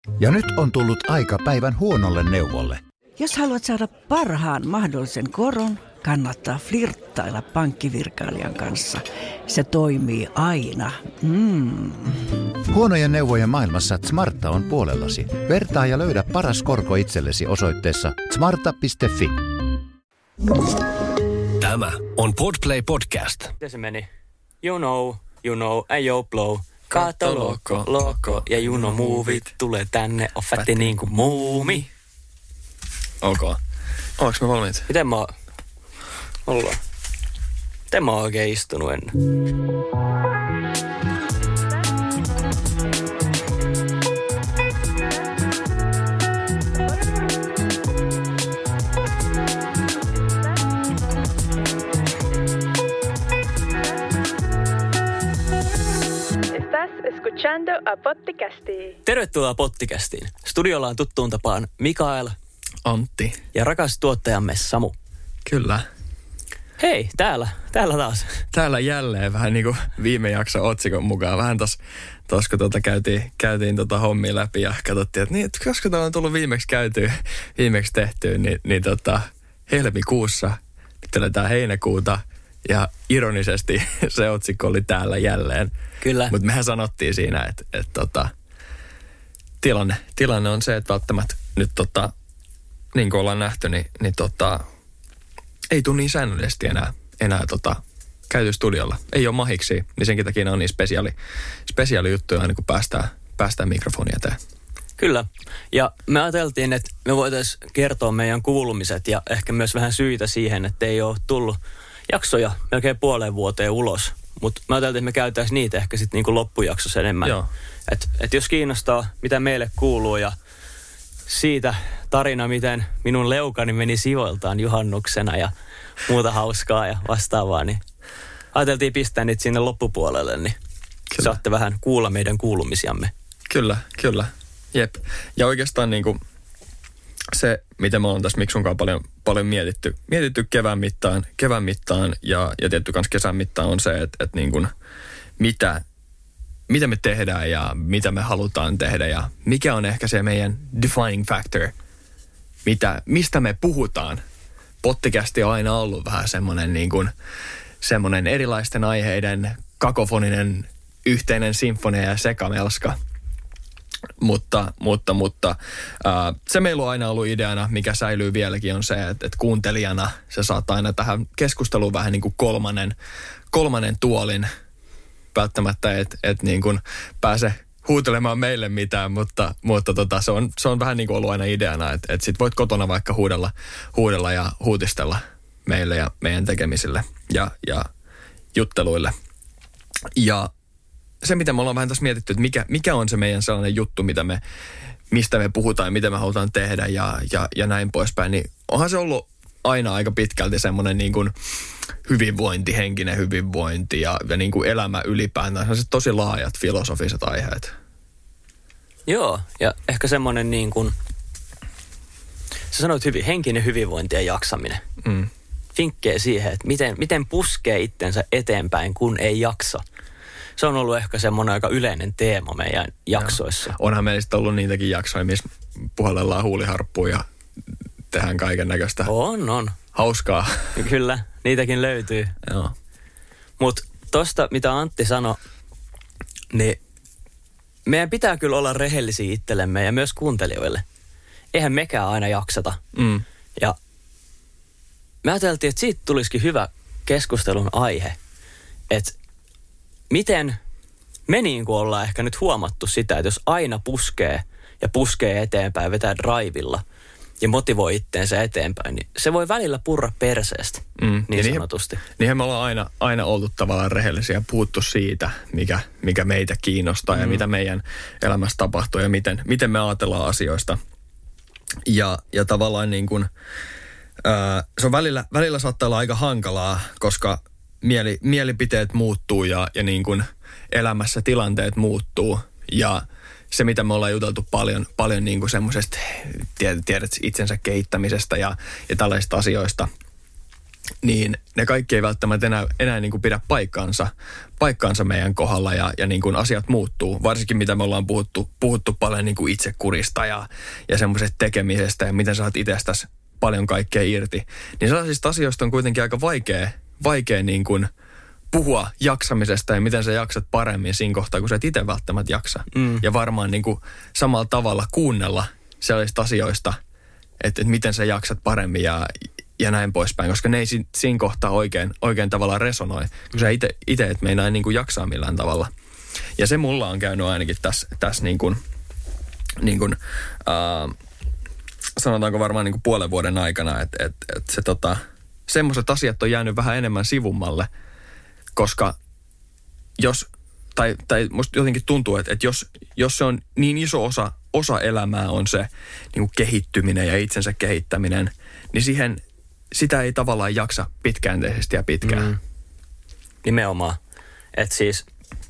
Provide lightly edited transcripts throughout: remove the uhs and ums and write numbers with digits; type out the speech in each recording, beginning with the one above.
Ja nyt on tullut aika päivän huonolle neuvolle. Jos haluat saada parhaan mahdollisen koron, kannattaa flirttailla pankkivirkailijan kanssa. Se toimii aina. Huonojen neuvojen maailmassa Smarta on puolellasi. Vertaa ja löydä paras korko itsellesi osoitteessa smarta.fi. Tämä on Podplay Podcast. Miten se meni? You know, ayo blow. Kato loko, ja you know move it. Tulee tänne, on fätti niinku muumi. Ok. Ollaanko me valmiit? Miten mä ollaan? Miten mä oon oikein istunut ennen? Escuchando a Potticasti. Tervetuloa Potticastiin. Studiolla on tuttuun tapaan Mikael, Antti. ja rakas tuottajamme Samu. Kyllä. Hei, täällä taas. Täällä jälleen vähän niin kuin viime jakson otsikon mukaan. Vähän tos kun käytiin hommia läpi ja katsottiin, että niin, että koska tämä on tullut viimeksi tehtyä, niin helmikuussa, nyt eletään heinäkuuta ja ironisesti se otsikko oli täällä jälleen. Kyllä. Mutta mehän sanottiin siinä, että tilanne on se, että välttämättä nyt niin kuin ollaan nähty, niin ei tule niin säännöllisesti enää käyty studiolla. Ei ole mahiksi, niin senkin takia on niin spesiaali juttuja aina kun päästään mikrofonia eteen. Kyllä. Ja me ajateltiin, että me voitaisiin kertoa meidän kuulumiset ja ehkä myös vähän syitä siihen, että ei ole tullut jaksoja melkein puoleen vuoteen ulos. Mutta mä ajattelin, että me käytäisiin niitä ehkä sitten niinku loppujaksossa enemmän. Et jos kiinnostaa, mitä meille kuuluu ja siitä tarina, miten minun leukani meni sijoiltaan juhannuksena ja muuta hauskaa ja vastaavaa, niin ajateltiin pistää niitä sinne loppupuolelle, niin kyllä. Saatte vähän kuulla meidän kuulumisiamme. Kyllä. Jep. Ja oikeastaan niinku se, mitä me ollaan tässä Miksunkaan paljon mietitty kevään mittaan ja tietty kans kesän mittaan on se, että niin kuin mitä me tehdään ja mitä me halutaan tehdä ja mikä on ehkä se meidän defining factor, mistä me puhutaan. Pottikästi on aina ollut vähän semmoinen erilaisten aiheiden kakofoninen yhteinen sinfonia ja sekamelska. Mutta se meillä on aina ollut ideana, mikä säilyy vieläkin, on se, että kuuntelijana se saattaa aina tähän keskusteluun vähän niin kuin kolmannen tuolin. Välttämättä et niin kuin pääse huutelemaan meille mitään, mutta se on vähän niin kuin ollut aina ideana, että sit voit kotona vaikka huudella ja huutistella meille ja meidän tekemisille ja jutteluille. Ja se, mitä me ollaan vähän tässä mietitty, että mikä on se meidän sellainen juttu, mistä me puhutaan ja mitä me halutaan tehdä ja näin poispäin, niin onhan se ollut aina aika pitkälti semmoinen niin kuin hyvinvointi, henkinen hyvinvointi ja niin kuin elämä ylipäätään. Se on tosi laajat filosofiset aiheet. Joo, ja ehkä semmoinen niin kuin, sä sanoit hyvin, henkinen hyvinvointi ja jaksaminen. Vinkkejä siihen, että miten puskee itsensä eteenpäin, kun ei jaksa. Se on ollut ehkä semmoinen aika yleinen teema meidän jaksoissa. Ja onhan meistä ollut niitäkin jaksoja, missä puhallellaan huuliharppuun ja tehdään kaiken näköistä. On. Hauskaa. Kyllä, niitäkin löytyy. Joo. Mutta tosta, mitä Antti sanoi, niin meidän pitää kyllä olla rehellisiä itsellemme ja myös kuuntelijoille. Eihän mekään aina jaksata. Ja me ajateltiin, että siitä tulisikin hyvä keskustelun aihe, että miten me niin kuin ollaan ehkä nyt huomattu sitä, että jos aina puskee eteenpäin, vetää drivilla ja motivoi itteensä eteenpäin, niin se voi välillä purra perseestä, niin sanotusti. Niinhän me ollaan aina oltu tavallaan rehellisiä ja puhuttu siitä, mikä meitä kiinnostaa ja mitä meidän elämässä tapahtuu ja miten me ajatellaan asioista. Ja tavallaan niin kuin, se on välillä saattaa olla aika hankalaa, koska mielipiteet muuttuu ja niin kuin elämässä tilanteet muuttuu. Ja se, mitä me ollaan juteltu paljon niin kuin semmoisesta, tiedät, itsensä kehittämisestä ja tällaisista asioista, niin ne kaikki ei välttämättä enää niin kuin pidä paikkaansa meidän kohdalla ja niin kuin asiat muuttuu. Varsinkin mitä me ollaan puhuttu paljon niin kuin itsekurista ja semmoisesta tekemisestä ja miten sä oot itsestäsi paljon kaikkea irti. Niin sellaisista asioista on kuitenkin aika vaikea niin kuin puhua jaksamisesta ja miten sä jaksat paremmin siinä kohtaa, kun sä et itse välttämättä jaksa. Ja varmaan niin kuin samalla tavalla kuunnella sellaisista asioista, että miten sä jaksat paremmin ja näin poispäin, koska ne ei siinä kohtaa oikein tavallaan resonoi, kun sä itse et meinaa niin kuin jaksaa millään tavalla. Ja se mulla on käynyt ainakin tässä niin kuin sanotaanko varmaan niin kuin puolen vuoden aikana, että se semmoiset asiat on jäänyt vähän enemmän sivummalle, koska tai musta jotenkin tuntuu, että jos se on niin iso osa elämää on se niin kuin kehittyminen ja itsensä kehittäminen, niin sitä ei tavallaan jaksa pitkäjänteisesti ja pitkään. Nimenomaan. Että siis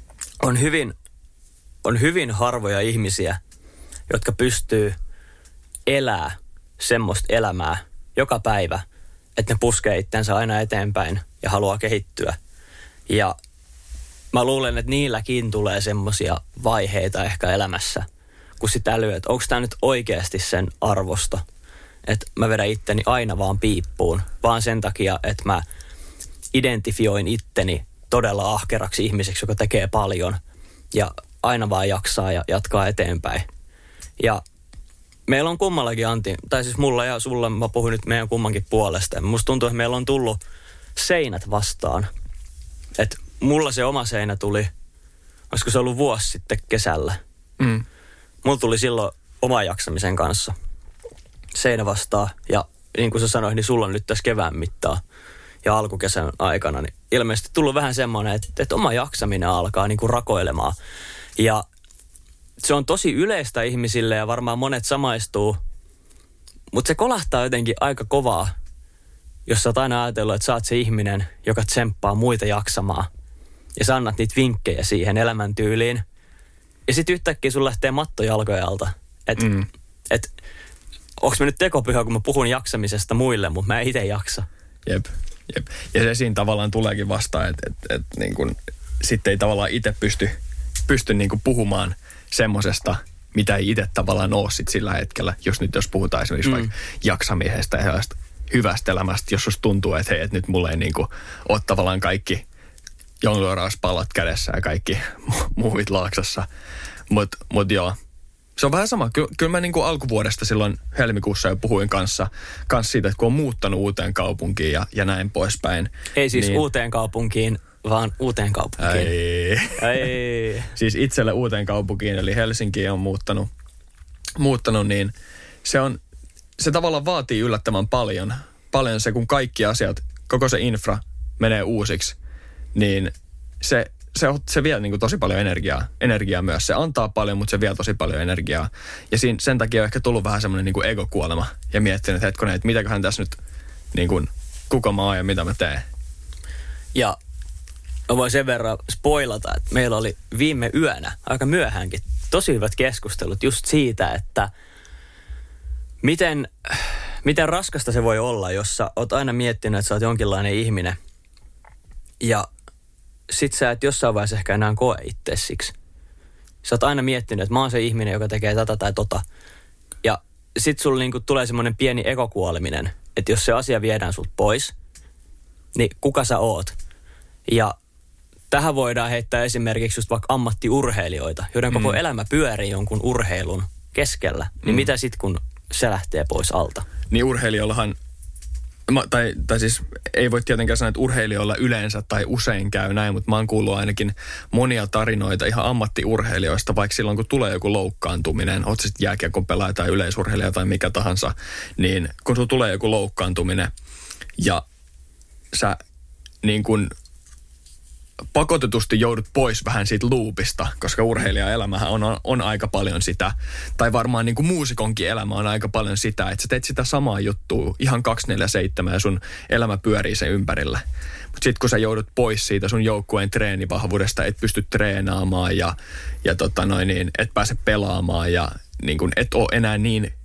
on hyvin harvoja ihmisiä, jotka pystyy elää semmoista elämää joka päivä, että ne puskee itsensä aina eteenpäin ja haluaa kehittyä. Ja mä luulen, että niilläkin tulee semmoisia vaiheita ehkä elämässä, kun sit älyy, että onko tämä nyt oikeasti sen arvosta, että mä vedän itteni aina vaan piippuun, vaan sen takia, että mä identifioin itteni todella ahkeraksi ihmiseksi, joka tekee paljon ja aina vaan jaksaa ja jatkaa eteenpäin. Ja meillä on kummallakin, Antti, tai siis mulla ja sulla, mä puhun nyt meidän kummankin puolesta. Ja musta tuntuu, että meillä on tullut seinät vastaan. Että mulla se oma seinä tuli, olisiko se ollut vuosi sitten kesällä. Mulla tuli silloin oma jaksamisen kanssa seinä vastaan. Ja niin kuin sä sanoit, niin sulla on nyt tässä kevään mittaa ja alkukesän aikana. Niin ilmeisesti tullut vähän semmoinen, että oma jaksaminen alkaa niin kuin rakoilemaan. Ja se on tosi yleistä ihmisille ja varmaan monet samaistuu, mutta se kolahtaa jotenkin aika kovaa, jos sä oot aina ajatellut, että sä oot se ihminen, joka tsemppaa muita jaksamaan. Ja sä annat niitä vinkkejä siihen elämäntyyliin. Ja sit yhtäkkiä sun lähtee matto jalkojen alta. Että onks mä nyt tekopyhä, kun mä puhun jaksamisesta muille, mutta mä en itse jaksa. Jep. Ja se siinä tavallaan tuleekin vastaan, että niin kun sitten ei tavallaan itse pysty niin kun puhumaan semmosesta, mitä ei itse tavallaan ole sit sillä hetkellä, jos puhutaan esimerkiksi vaikka jaksamisesta ja sellaista hyvästä elämästä, jos susta tuntuu, että hei, että nyt mulla ei niinku ole tavallaan kaikki jonglöörauspallot kädessä ja kaikki muuvit laaksassa. Mut joo, se on vähän sama. Kyllä mä niinku alkuvuodesta silloin helmikuussa jo puhuin kanssa siitä, että kun on muuttanut uuteen kaupunkiin ja näin poispäin. Ei siis niin, uuteen kaupunkiin, vaan uuteen kaupunkiin. Ei. Siis itselle uuteen kaupunkiin, eli Helsinkiin on muuttanut, niin se tavallaan vaatii yllättävän paljon se, kun kaikki asiat, koko se infra menee uusiksi, niin se vie niin kuin tosi paljon energiaa myös. Se antaa paljon, mutta se vie tosi paljon energiaa. Ja sen takia on ehkä tullut vähän semmoinen niin kuin egokuolema ja miettinyt, että hetkonen, että mitäköhän tässä nyt, niin kuin, kuka mä oon ja mitä mä teen. Ja mä voin sen verran spoilata, että meillä oli viime yönä, aika myöhäänkin, tosi hyvät keskustelut just siitä, että miten raskasta se voi olla, jos sä oot aina miettinyt, että sä oot jonkinlainen ihminen. Ja sit sä et jossain vaiheessa ehkä enää koe itseäsi siksi. Sä oot aina miettinyt, että mä oon se ihminen, joka tekee tätä tai tota. Ja sit sulla niinku tulee semmoinen pieni ekokuoleminen, että jos se asia viedään sulta pois, niin kuka sä oot? Ja tähän voidaan heittää esimerkiksi just vaikka ammattiurheilijoita, joiden koko elämä pyörii jonkun urheilun keskellä. Niin mitä sit, kun se lähtee pois alta? Niin urheilijoillahan, tai siis ei voi tietenkään sanoa, että urheilijoilla yleensä tai usein käy näin, mutta mä oon kuullut ainakin monia tarinoita ihan ammattiurheilijoista, vaikka silloin kun tulee joku loukkaantuminen, oot sitten jääkiekon pelaaja tai yleisurheilija tai mikä tahansa, niin kun sulla tulee joku loukkaantuminen ja sä niin kun pakotetusti joudut pois vähän siitä loopista, koska urheilijaelämähän on aika paljon sitä, tai varmaan niin kuin muusikonkin elämä on aika paljon sitä, että sä teet sitä samaa juttua ihan 24/7 ja sun elämä pyörii sen ympärillä. Mutta sitten kun sä joudut pois siitä sun joukkueen treenivahvuudesta, et pysty treenaamaan ja et pääse pelaamaan ja niin kun et ole enää niin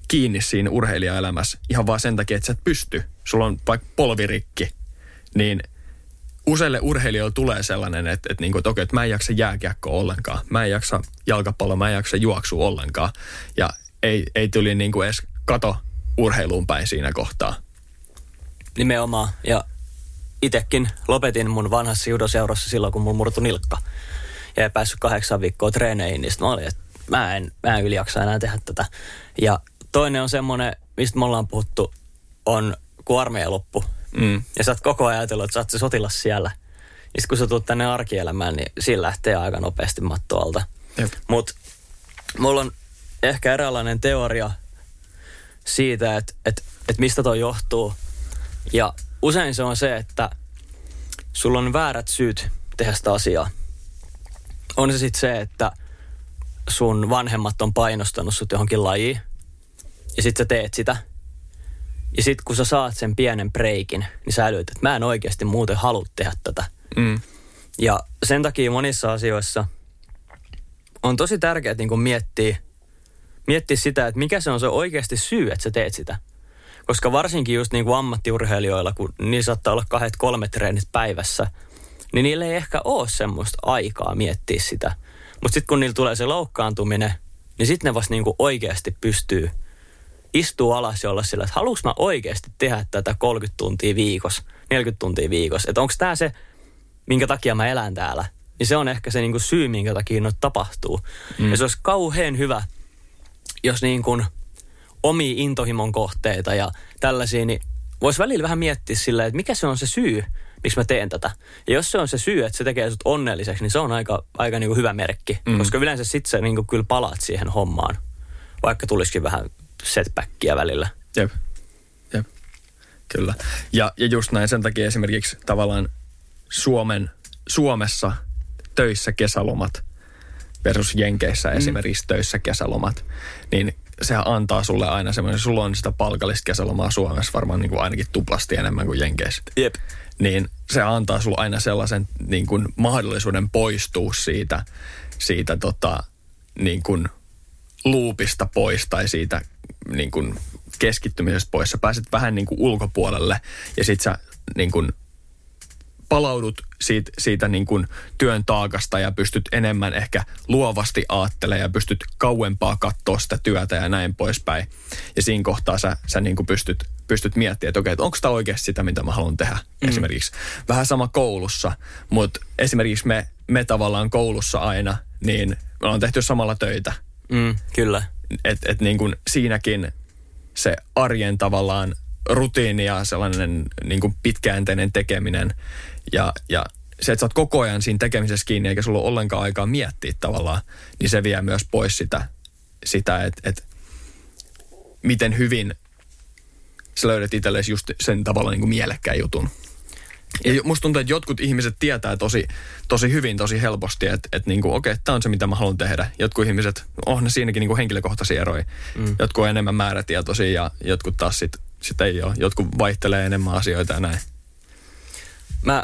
kiinni siinä urheilijaelämässä ihan vaan sen takia, että sä et pysty. Sulla on vaikka polvirikki, niin useille urheilijoille tulee sellainen, että okei, että mä en jaksa jääkiekkoa ollenkaan. Mä en jaksa jalkapalloa, mä en jaksa juoksua ollenkaan. Ja ei tuli niin kuin edes kato urheiluun päin siinä kohtaa. Nimenomaan. Ja itsekin lopetin mun vanhassa judoseurassa silloin, kun mun murtui nilkka. Ja ei päässyt 8 viikkoa treeneihin, niin sitten mä olin, että mä en yli jaksa enää tehdä tätä. Ja toinen on semmoinen, mistä me ollaan puhuttu, on kun armeija loppu. Ja sä oot koko ajan ajatellut, että sä oot se sotilas siellä. Ja sit kun sä tulet tänne arkielämään, niin siinä lähtee aika nopeasti matto alta. Mutta mulla on ehkä eräänlainen teoria siitä, että mistä toi johtuu. Ja usein se on se, että sulla on väärät syyt tehdä sitä asiaa. On se sitten se, että sun vanhemmat on painostanut sut johonkin lajiin. Ja sit sä teet sitä. Ja sit kun sä saat sen pienen breikin, niin sä älyt, että mä en oikeasti muuten halua tehdä tätä. Ja sen takia monissa asioissa on tosi tärkeää niin miettiä sitä, että mikä se on se oikeasti syy, että sä teet sitä. Koska varsinkin just niin kuin ammattiurheilijoilla, kun niillä saattaa olla 2-3 treenit päivässä, niin niillä ei ehkä ole semmoista aikaa miettiä sitä. Mutta sitten kun niillä tulee se loukkaantuminen, niin sitten ne vasta niin kuin oikeasti pystyy istuu alas ja olla sillä, että haluanko mä oikeasti tehdä tätä 30 tuntia viikossa, 40 tuntia viikossa. Että onko tämä se, minkä takia mä elän täällä. Niin se on ehkä se niin kuin syy, minkä takia noita tapahtuu. Ja se olisi kauhean hyvä, jos niin kuin omia intohimon kohteita ja tällaisia, niin voisi välillä vähän miettiä silleen, että mikä se on se syy, miksi mä teen tätä. Ja jos se on se syy, että se tekee sut onnelliseksi, niin se on aika niin kuin hyvä merkki. Koska yleensä sitten sä niin kuin kyllä palaat siihen hommaan, vaikka tulisikin vähän setbackia välillä. Jep. Kyllä. Ja just näin sen takia esimerkiksi tavallaan Suomessa töissä kesälomat versus Jenkeissä esimerkiksi töissä kesälomat, niin sehän antaa sulle aina semmoinen, sulla on sitä palkallista kesälomaa Suomessa varmaan niin kuin ainakin tuplasti enemmän kuin Jenkeissä. Jep. Niin se antaa sulle aina sellaisen niin kuin mahdollisuuden poistua siitä niin kuin loopista pois tai siitä niin kuin keskittymisestä pois. Sä pääset vähän niin kuin ulkopuolelle ja sit sä niin kuin palaudut siitä niin kuin työn taakasta ja pystyt enemmän ehkä luovasti ajattelemaan ja pystyt kauempaa katsoa sitä työtä ja näin poispäin. Ja siinä kohtaa sä niin kuin pystyt miettimään, että okei, että onko tämä oikeasti sitä, mitä mä haluan tehdä esimerkiksi. Vähän sama koulussa, mutta esimerkiksi me tavallaan koulussa aina, niin me ollaan tehty samalla töitä. Kyllä. Et niin kuin siinäkin se arjen tavallaan rutiini ja sellainen niin kuin pitkäjänteinen tekeminen ja se, että sä oot koko ajan siinä tekemisessä kiinni eikä sulla ole ollenkaan aikaa miettiä tavallaan, niin se vie myös pois sitä että miten hyvin sä löydät itsellesi just sen tavallaan niin kuin mielekkään jutun. Ja musta tuntuu, että jotkut ihmiset tietää tosi hyvin, tosi helposti, että niin kuin, okei, tämä on se, mitä mä haluan tehdä. Jotkut ihmiset, ne siinäkin niin kuin henkilökohtaisia eroja. Jotkut on enemmän määrätietoisia ja jotkut taas sit ei ole. Jotkut vaihtelee enemmän asioita ja näin. Mä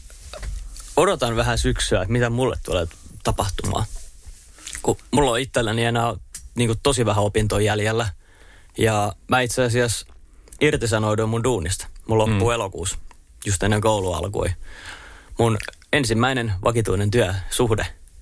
odotan vähän syksyä, että mitä mulle tulee tapahtumaan. Kun mulla on itselläni enää niin kuin tosi vähän opintoja jäljellä. Ja mä itse asiassa irtisanouduin mun duunista. Mulla loppuu elokuussa. Just ennen koulua alkui. Mun ensimmäinen vakituinen työsuhde.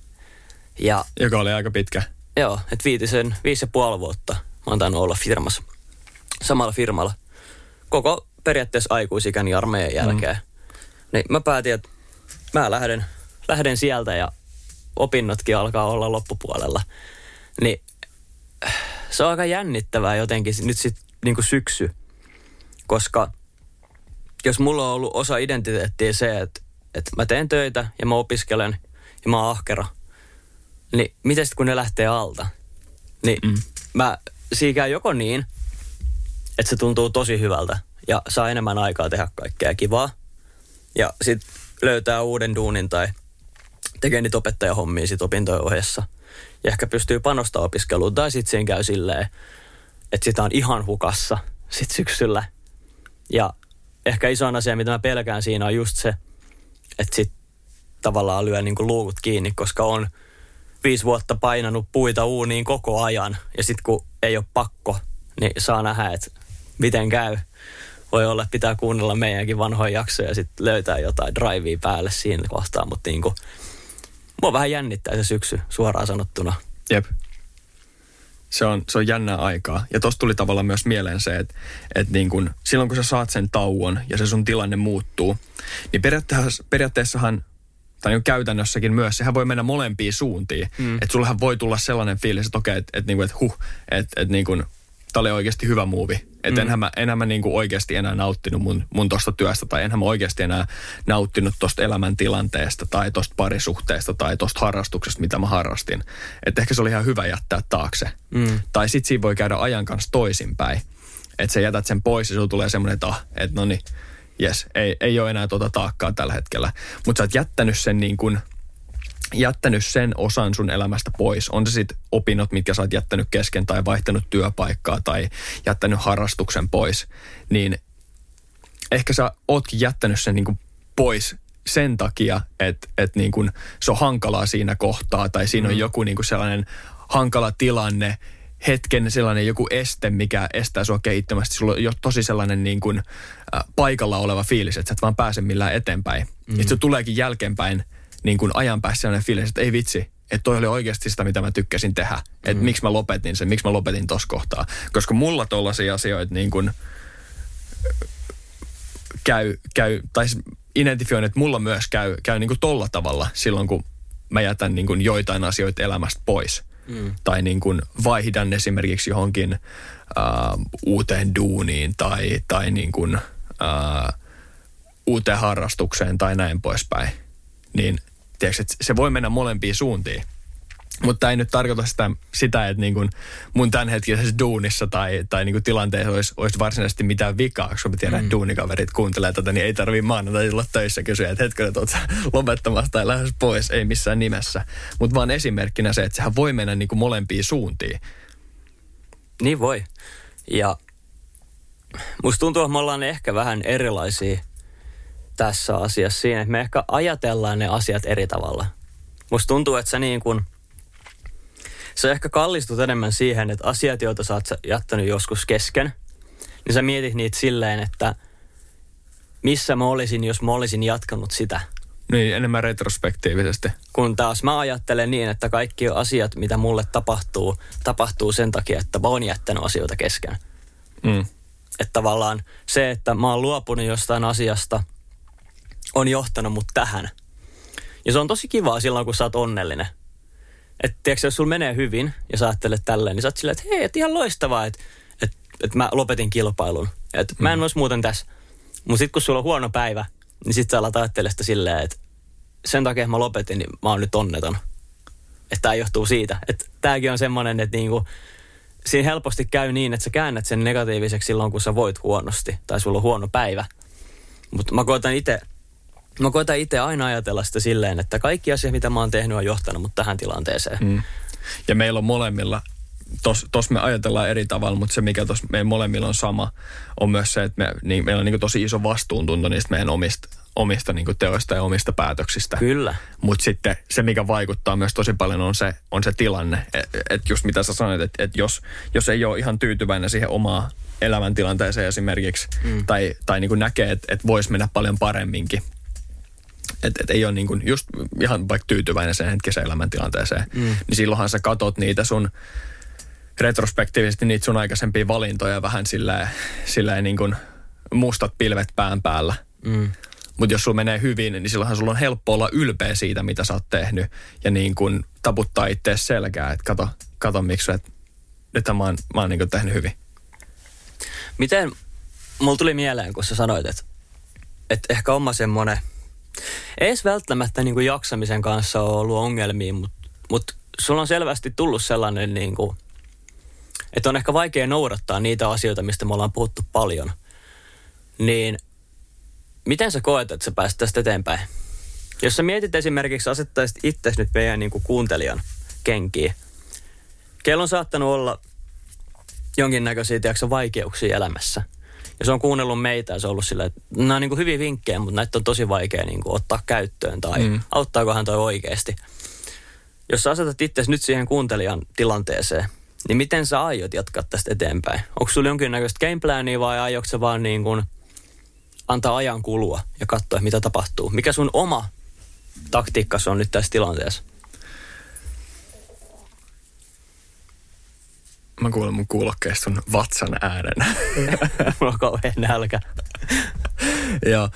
Joka oli aika pitkä. Joo, että 5,5 vuotta mä oon tainnut olla firmassa. Samalla firmalla. Koko periaatteessa aikuisikäni armeijan jälkeen. Niin mä päätin, että mä lähden sieltä ja opinnotkin alkaa olla loppupuolella. Niin se on aika jännittävää jotenkin nyt sit niinku syksy. Koska jos mulla on ollut osa identiteettiä se, että mä teen töitä ja mä opiskelen ja mä oon ahkera, niin miten sitten kun ne lähtee alta? Niin mä siikään joko niin, että se tuntuu tosi hyvältä ja saa enemmän aikaa tehdä kaikkea kivaa. Ja sitten löytää uuden duunin tai tekee niitä opettajahommia sit opintojen ohessa. Ja ehkä pystyy panostamaan opiskeluun tai sitten siinä käy silleen, että sitä on ihan hukassa sit syksyllä. Ja ehkä isoin asia, mitä mä pelkään siinä on just se, että sit tavallaan lyö niinku luukut kiinni, koska on 5 vuotta painanut puita uuniin koko ajan. Ja sit kun ei ole pakko, niin saa nähdä, että miten käy. Voi olla, että pitää kuunnella meidänkin vanhoja jaksoja ja sitten löytää jotain drivea päälle siinä kohtaa, mutta niinku, mua vähän jännittää se syksy, suoraan sanottuna. Jep. Se on jännää aikaa. Ja tosta tuli tavallaan myös mieleen se, että niin kun, silloin kun sä saat sen tauon ja se sun tilanne muuttuu, niin periaatteessahan, tai niin käytännössäkin myös, sehän voi mennä molempiin suuntiin. Että sullehan voi tulla sellainen fiilis, että okei, että niin kun, tää oli oikeasti hyvä muuvi. Että enhän mä niin kuin oikeasti enää nauttinut mun tosta työstä, tai enhän mä oikeasti enää nauttinut tosta elämäntilanteesta, tai tosta parisuhteesta, tai tosta harrastuksesta, mitä mä harrastin. Että ehkä se oli ihan hyvä jättää taakse. Tai sit siinä voi käydä ajan kanssa toisinpäin. Että sä jätät sen pois, ja sulla tulee semmoinen, että no niin, jes, ei ole enää tuota taakkaa tällä hetkellä. Mutta sä oot jättänyt sen osan sun elämästä pois. On se sitten opinnot, mitkä sä oot jättänyt kesken tai vaihtanut työpaikkaa tai jättänyt harrastuksen pois, niin ehkä sä ootkin jättänyt sen niinku pois sen takia, että niinku se on hankalaa siinä kohtaa tai siinä on joku niinku sellainen hankala tilanne, hetken sellainen joku este, mikä estää sua kehittymästä. Sulla on jo tosi sellainen niin kuin, paikalla oleva fiilis, että sä et vaan pääse millään eteenpäin. Ja se tuleekin jälkeenpäin niin kuin ajan päässä sellainen fiilis, että ei vitsi, että toi oli oikeasti sitä, mitä mä tykkäsin tehdä. Että miksi mä lopetin sen, miksi mä lopetin tossa kohtaa. Koska mulla tollaisia asioita niin kuin tai identifioin, että mulla myös käy niin kuin tolla tavalla silloin, kun mä jätän niin kuin joitain asioita elämästä pois. Tai niin kuin vaihdan esimerkiksi johonkin uuteen duuniin tai niin kuin, uuteen harrastukseen tai näin poispäin. Niin tiedätkö, että se voi mennä molempiin suuntiin. Mutta ei nyt tarkoita sitä että niin kuin mun tämänhetkisessä duunissa tai niin kuin tilanteessa olisi varsinaisesti mitään vikaa. Koska mä tiedän, että duunikaverit kuuntelee tätä, niin ei tarvitse maanantai olla töissä kysyä, että hetkinen, että oot sä lopettamassa tai lähes pois. Ei missään nimessä. Mutta vaan esimerkkinä se, että sehän voi mennä niin kuin molempiin suuntiin. Niin voi. Ja musta tuntuu, että me ollaan ehkä vähän erilaisia tässä asiassa siinä, että me ehkä ajatellaan ne asiat eri tavalla. Musta tuntuu, että sä ehkä kallistut enemmän siihen, että asiat, joita sä oot jättänyt joskus kesken, niin sä mietit niitä silleen, että missä mä olisin, jos mä olisin jatkanut sitä. Niin, enemmän retrospektiivisesti. Kun taas mä ajattelen niin, että kaikki asiat, mitä mulle tapahtuu sen takia, että mä oon jättänyt asioita kesken. Että tavallaan se, että mä oon luopunut jostain asiasta, on johtanut mut tähän. Ja se on tosi kivaa silloin, kun sä oot onnellinen. Että tiedätkö, jos sulla menee hyvin ja sä ajattelet tälleen, niin sä oot silleen, että hei, että ihan loistavaa, että mä lopetin kilpailun. Että mä en olisi muuten tässä. Mutta sitten kun sulla on huono päivä, niin sit sä alat ajattelemaan sitä silleen, että sen takia mä lopetin, niin mä oon nyt onneton. Että tää johtuu siitä. Että tääkin on semmoinen, että niinku, siinä helposti käy niin, että sä käännät sen negatiiviseksi silloin, kun sä voit huonosti tai sulla on huono päivä. Mutta mä koitan itse aina ajatella sitä silleen, että kaikki asiat, mitä mä oon tehnyt, on johtanut mut tähän tilanteeseen. Ja meillä on molemmilla, tossa me ajatellaan eri tavalla, mutta se mikä tossa meidän molemmilla on sama, on myös se, että meillä on niinku tosi iso vastuuntunto niistä meidän omista niinku teoista ja omista päätöksistä. Kyllä. Mutta sitten se, mikä vaikuttaa myös tosi paljon, on se tilanne. Että just mitä sä sanoit, että jos ei ole ihan tyytyväinen siihen omaan elämäntilanteeseen esimerkiksi, tai niinku näkee, että voisi mennä paljon paremminkin, että ei ole niin kuin just ihan vaikka tyytyväinen sen hetkisen elämäntilanteeseen, niin silloinhan sä katot niitä sun retrospektiivisesti niitä sun aikaisempia valintoja vähän silleen niin kuin mustat pilvet pään päällä. Mutta jos sulla menee hyvin, niin silloinhan sulla on helppo olla ylpeä siitä, mitä sä oot tehnyt ja niin kuin taputtaa itseäsi selkää, että kato miksi, että nythän mä oon niin kuin tehnyt hyvin. Miten, mulla tuli mieleen, kun sä sanoit, että ehkä oma semmoinen, ei edes välttämättä niin kuin jaksamisen kanssa ole ollut ongelmia, mutta sulla on selvästi tullut sellainen, niin kuin, että on ehkä vaikea noudattaa niitä asioita, mistä me ollaan puhuttu paljon. Niin miten sä koet, että sä pääset tästä eteenpäin? Jos sä mietit esimerkiksi, asettaisit itsesi nyt meidän niin kuin kuuntelijan kenkiin. Kello on saattanut olla jonkinnäköisiä vaikeuksia elämässä. Ja se on kuunnellut meitä ja se on ollut silleen, että nämä on niin kuin hyviä vinkkejä, mutta näitä on tosi vaikea niin kuin ottaa käyttöön tai auttaakohan toi oikeasti. Jos sä asetat itsesi nyt siihen kuuntelijan tilanteeseen, Niin miten sä aiot jatkaa tästä eteenpäin? Onko sulla jonkinnäköistä gameplania vai aiotko sä vaan niin kuin antaa ajan kulua ja katsoa, mitä tapahtuu? Mikä sun oma taktiikkas on nyt tässä tilanteessa? Mä kuulen mun kuulokkeesta sun vatsan äänen. Mulla on kauhean nälkä. Joo,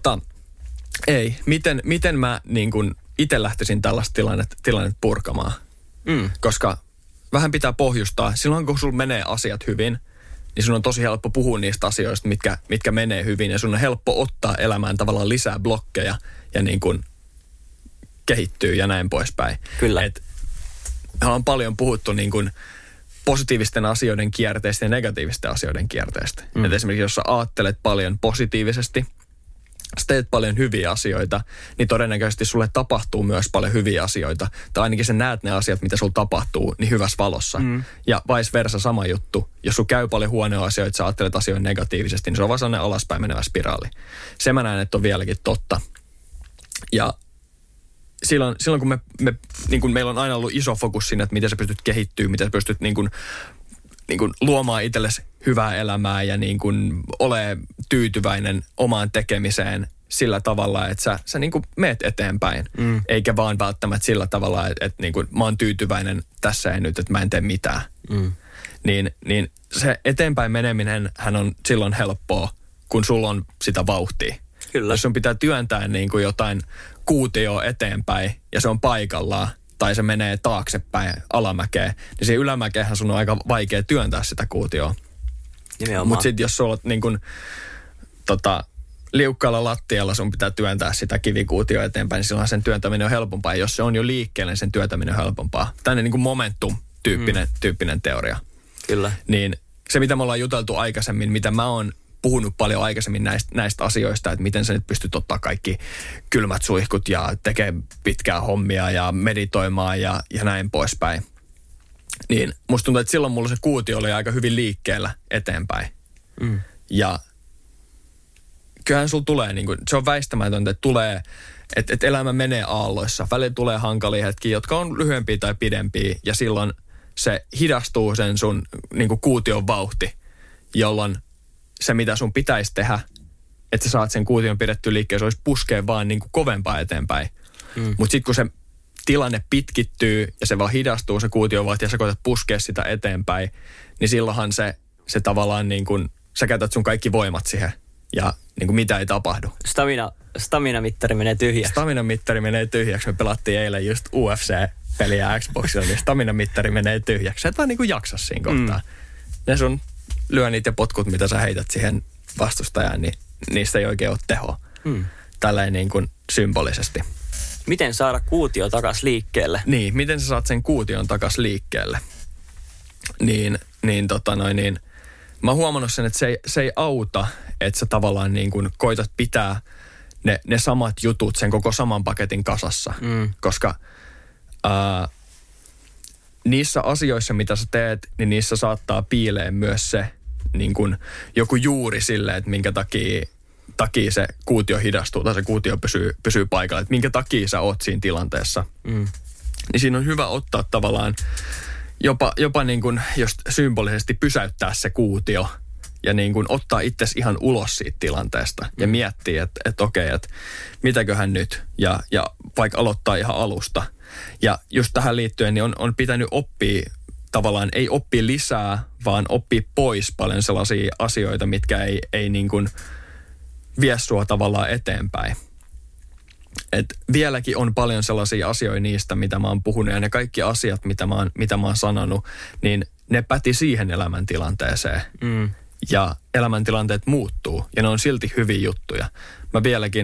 ei. Miten mä niin kun itse lähtisin tällaista tilannetta purkamaan? Koska vähän pitää pohjustaa. Silloin kun sulla menee asiat hyvin, niin sun on tosi helppo puhua niistä asioista, mitkä menee hyvin. Ja sun on helppo ottaa elämään tavallaan lisää blokkeja ja niin kun kehittyy ja näin poispäin. Kyllä. On paljon puhuttu niin kun positiivisten asioiden kierteestä ja negatiivisten asioiden kierteestä. Et esimerkiksi jos sä aattelet paljon positiivisesti, sä teet paljon hyviä asioita, niin todennäköisesti sulle tapahtuu myös paljon hyviä asioita. Tai ainakin sä näet ne asiat, mitä sulle tapahtuu, niin hyvässä valossa. Ja vice versa sama juttu. Jos sulla käy paljon huonoja asioita, sä ajattelet asioita negatiivisesti, niin se on vaan sellainen alaspäin menevä spiraali. Se mä näen, että on vieläkin totta. Ja silloin kun niin kun meillä on aina ollut iso fokus siinä, että miten sä pystyt kehittyä, miten sä pystyt niin kun luomaan itsellesi hyvää elämää ja niin kun ole tyytyväinen omaan tekemiseen sillä tavalla, että sä niin kun meet eteenpäin. Eikä vaan välttämättä sillä tavalla, että niin kun mä oon tyytyväinen tässä ja nyt, että mä en tee mitään. Niin se eteenpäin meneminen hän on silloin helppoa, kun sulla on sitä vauhtia. Kyllä. Jos sun pitää työntää niin kuin jotain kuutioa eteenpäin ja se on paikallaan tai se menee taaksepäin alamäkeen, niin siihen ylämäkeenhän sun on aika vaikea työntää sitä kuutioa. Mutta sitten jos sulla on niin kuin, liukkaalla lattialla sun pitää työntää sitä kivikuutioa eteenpäin, niin silloin sen työntäminen on helpompaa. Ja jos se on jo liikkeelle, niin sen työntäminen on helpompaa. Tällainen niin kuin momentum-tyyppinen teoria. Kyllä. Niin se, mitä me ollaan juteltu aikaisemmin, mitä mä oon puhunut paljon aikaisemmin näistä asioista, että miten sä nyt pystyt ottaa kaikki kylmät suihkut ja tekee pitkää hommia ja meditoimaan ja näin poispäin. Niin musta tuntuu, että silloin mulla se kuutio oli aika hyvin liikkeellä eteenpäin. Ja kyllähän sulla tulee, niin kuin, se on väistämätöntä, että tulee, että elämä menee aalloissa. Välillä tulee hankalia hetkiä, jotka on lyhyempiä tai pidempiä ja silloin se hidastuu sen sun niin kuin kuution vauhti, jolloin se, mitä sun pitäisi tehdä, että sä saat sen kuution pidettyä liikkeelle, se olisi puskea vaan niin kuin kovempaa eteenpäin. Mutta sitten kun se tilanne pitkittyy ja se vaan hidastuu, se kuutiovauhti, ja sä koetat puskea sitä eteenpäin, niin silloinhan se tavallaan niin kuin, sä käytät sun kaikki voimat siihen ja niin kuin mitä ei tapahdu. Stamina-mittari menee tyhjäksi. Stamina-mittari menee tyhjäksi. Me pelattiin eilen just UFC-peliä Xboxilla, niin stamina-mittari menee tyhjäksi. Sä et vaan niin kuin jaksa siinä kohtaa. Ne sun lyönnit ja potkut, mitä sä heität siihen vastustajaan, niin niistä ei oikein ole tehoa. Tälleen niin kuin symbolisesti. Miten saada kuutio takas liikkeelle? Niin, miten sä saat sen kuution takas liikkeelle? Niin mä oon huomannut sen, että se ei auta, että sä tavallaan niin kuin koitat pitää ne samat jutut sen koko saman paketin kasassa. Koska niissä asioissa, mitä sä teet, niin niissä saattaa piilee myös se niin kuin joku juuri sille, että minkä takia se kuutio hidastuu tai se kuutio pysyy paikalla. Että minkä takia sä oot siinä tilanteessa. Niin siinä on hyvä ottaa tavallaan jopa niin kuin, jos symbolisesti pysäyttää se kuutio ja niin kuin ottaa itsesi ihan ulos siitä tilanteesta ja miettiä, että okei, että mitäköhän nyt ja vaikka aloittaa ihan alusta. Ja just tähän liittyen niin on pitänyt oppia tavallaan, ei oppia lisää, vaan oppia pois paljon sellaisia asioita, mitkä ei niin kuin vie sua tavallaan eteenpäin. Et vieläkin on paljon sellaisia asioita niistä, mitä mä oon puhunut, ja ne kaikki asiat, mitä mä oon sanonut, niin ne päti siihen elämäntilanteeseen. Ja elämäntilanteet muuttuu, ja ne on silti hyviä juttuja. Mä vieläkin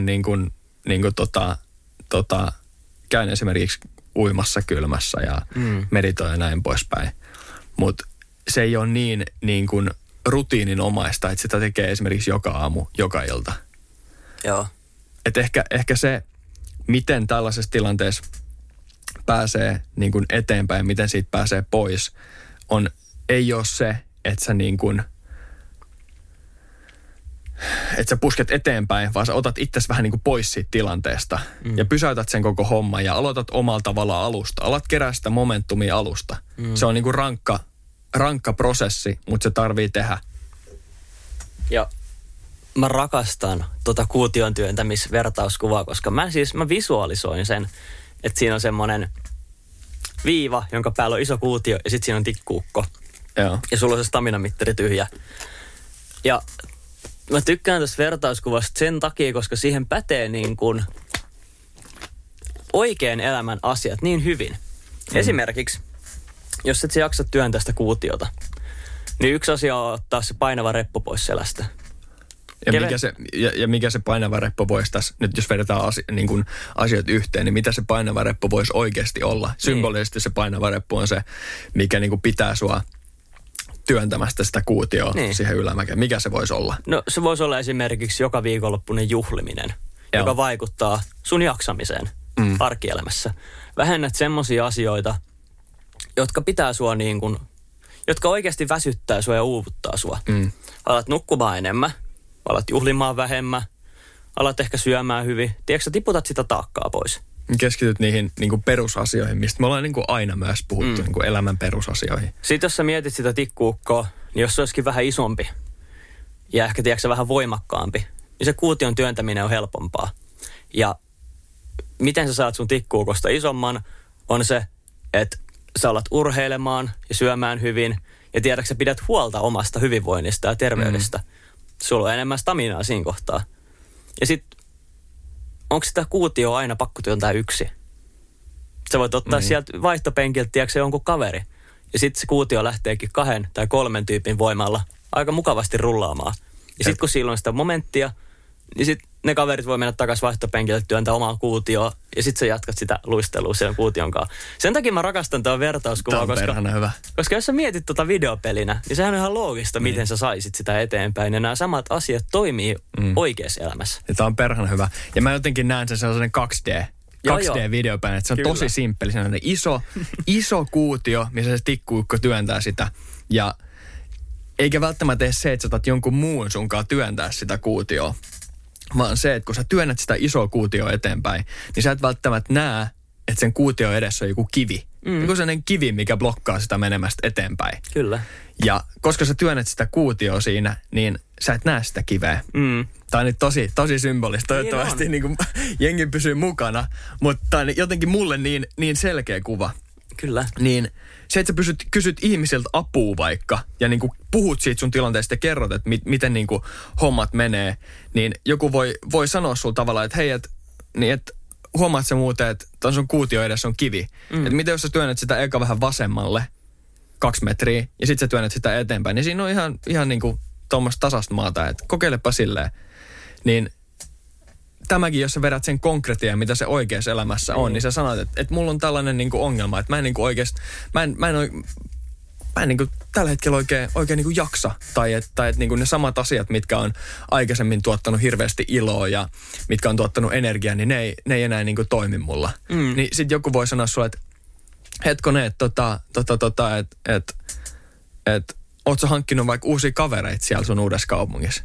käyn esimerkiksi uimassa kylmässä ja meditoin ja näin poispäin. Mutta se ei ole niin kuin rutiininomaista, että sitä tekee esimerkiksi joka aamu, joka ilta. Joo. Et ehkä se, miten tällaisessa tilanteessa pääsee niin kuin eteenpäin, miten siitä pääsee pois, ei ole se, että sä niin kuin että sä pusket eteenpäin, vaan sä otat itsesi vähän niin kuin pois siitä tilanteesta ja pysäytät sen koko homman ja aloitat omalla tavalla alusta. Alat kerää sitä momentumia alusta. Se on niin kuin rankka prosessi, mutta se tarvii tehdä. Ja mä rakastan kuution työntämisvertauskuvaa, koska mä visualisoin sen, että siinä on semmoinen viiva, jonka päällä on iso kuutio ja sitten siinä on tikkuukko. Joo. Ja sulla on se staminamittari tyhjä. Ja mä tykkään tästä vertauskuvasta sen takia, koska siihen pätee niin kuin oikean elämän asiat niin hyvin. Esimerkiksi, jos et sä jaksa työntää sitä kuutiota, niin yksi asia on ottaa se painava reppu pois selästä. Ja mikä se painava reppu voisi tässä, nyt jos vedetään niin kuin asiat yhteen, niin mitä se painava reppu voisi oikeasti olla? Symbolisesti se painava reppu on se, mikä niin kuin pitää sua työntämästä sitä kuutioa siihen ylämäkeen. Mikä se voisi olla? No se voisi olla esimerkiksi joka viikonloppuinen juhliminen, joka vaikuttaa sun jaksamiseen arkielämässä. Vähennät semmoisia asioita, jotka pitää sua niin kuin, jotka oikeasti väsyttää sua ja uuvuttaa sua. Alat nukkumaan enemmän, alat juhlimaan vähemmän, alat ehkä syömään hyvin. Tiedätkö, sä tiputat sitä taakkaa pois. Keskityt niihin niin kuin perusasioihin, mistä me ollaan niin kuin aina myös puhuttu, niin kuin elämän perusasioihin. Sitten jos sä mietit sitä tikkuukkoa, niin jos se olisikin vähän isompi ja ehkä tiedätkö vähän voimakkaampi, niin se kuution työntäminen on helpompaa. Ja miten sä saat sun tikkuukosta isomman, on se, että sä alat urheilemaan ja syömään hyvin ja tiedätkö sä pidät huolta omasta hyvinvoinnista ja terveydestä. Sulla on enemmän staminaa siinä kohtaa. Ja sitten onko sitä kuutioa aina pakko työntää yksi? Sä voit ottaa sieltä vaihtopenkiltä, tiedätkö, jonkun kaveri. Ja sitten se kuutio lähteekin 2 tai 3 tyypin voimalla aika mukavasti rullaamaan. Ja sitten kun siinä on sitä momenttia, niin sitten ne kaverit voi mennä takaisin vaihtopenkiltä, työntää omaa kuutioa. Ja sitten sä jatkat sitä luistelua siellä kuution kanssa. Sen takia mä rakastan tuon vertauskuvaa, koska jos sä mietit tota videopelinä, niin sehän on ihan loogista, miten sä saisit sitä eteenpäin. Ja nämä samat asiat toimii oikeassa elämässä. Ja tää on perhana hyvä. Ja mä jotenkin näen sen sellainen 2D-videopäin, että se on tosi simppeli. Se on iso kuutio, missä se tikkuukko työntää sitä. Ja eikä välttämättä edes se, että sä otat jonkun muun sunkaan työntää sitä kuutioa. Vaan se, että kun sä työnnät sitä isoa kuutioa eteenpäin, niin sä et välttämättä näe, että sen kuutio edessä on joku kivi. Joku sellainen kivi, mikä blokkaa sitä menemästä eteenpäin. Kyllä. Ja koska sä työnnät sitä kuutioa siinä, niin sä et näe sitä kiveä. Tää on nyt tosi symbolista. Toivottavasti niin kuin jengi pysyy mukana. Mutta tää on jotenkin mulle niin selkeä kuva. Kyllä. Niin se, että sä kysyt ihmisiltä apua vaikka ja niin kuin puhut siitä sun tilanteesta ja kerrot, että miten niin kuin hommat menee, niin joku voi sanoa sulla tavallaan, että hei, että huomaat sä muuten, että ton sun kuutio edessä on kivi. Että miten jos sä työnnät sitä eka vähän vasemmalle 2 metriä ja sit sä työnnät sitä eteenpäin, niin siinä on ihan niin kuin tuommoista tasasta maata, että kokeilepa silleen. Niin tämäkin, jos sä vedät sen konkretiaan, mitä se oikeassa elämässä on, niin sä sanot, että mulla on tällainen niin kuin ongelma, että mä en niin kuin oikeasti, mä en niin kuin tällä hetkellä oikein niin kuin jaksa. Tai että niin kuin ne samat asiat, mitkä on aikaisemmin tuottanut hirveästi iloa ja mitkä on tuottanut energiaa, niin ne ei enää niin kuin toimi mulla. Niin sit joku voi sanoa sulle, että hetkonen, että oot sä hankkinut vaikka uusia kavereita siellä sun uudessa kaupungissa?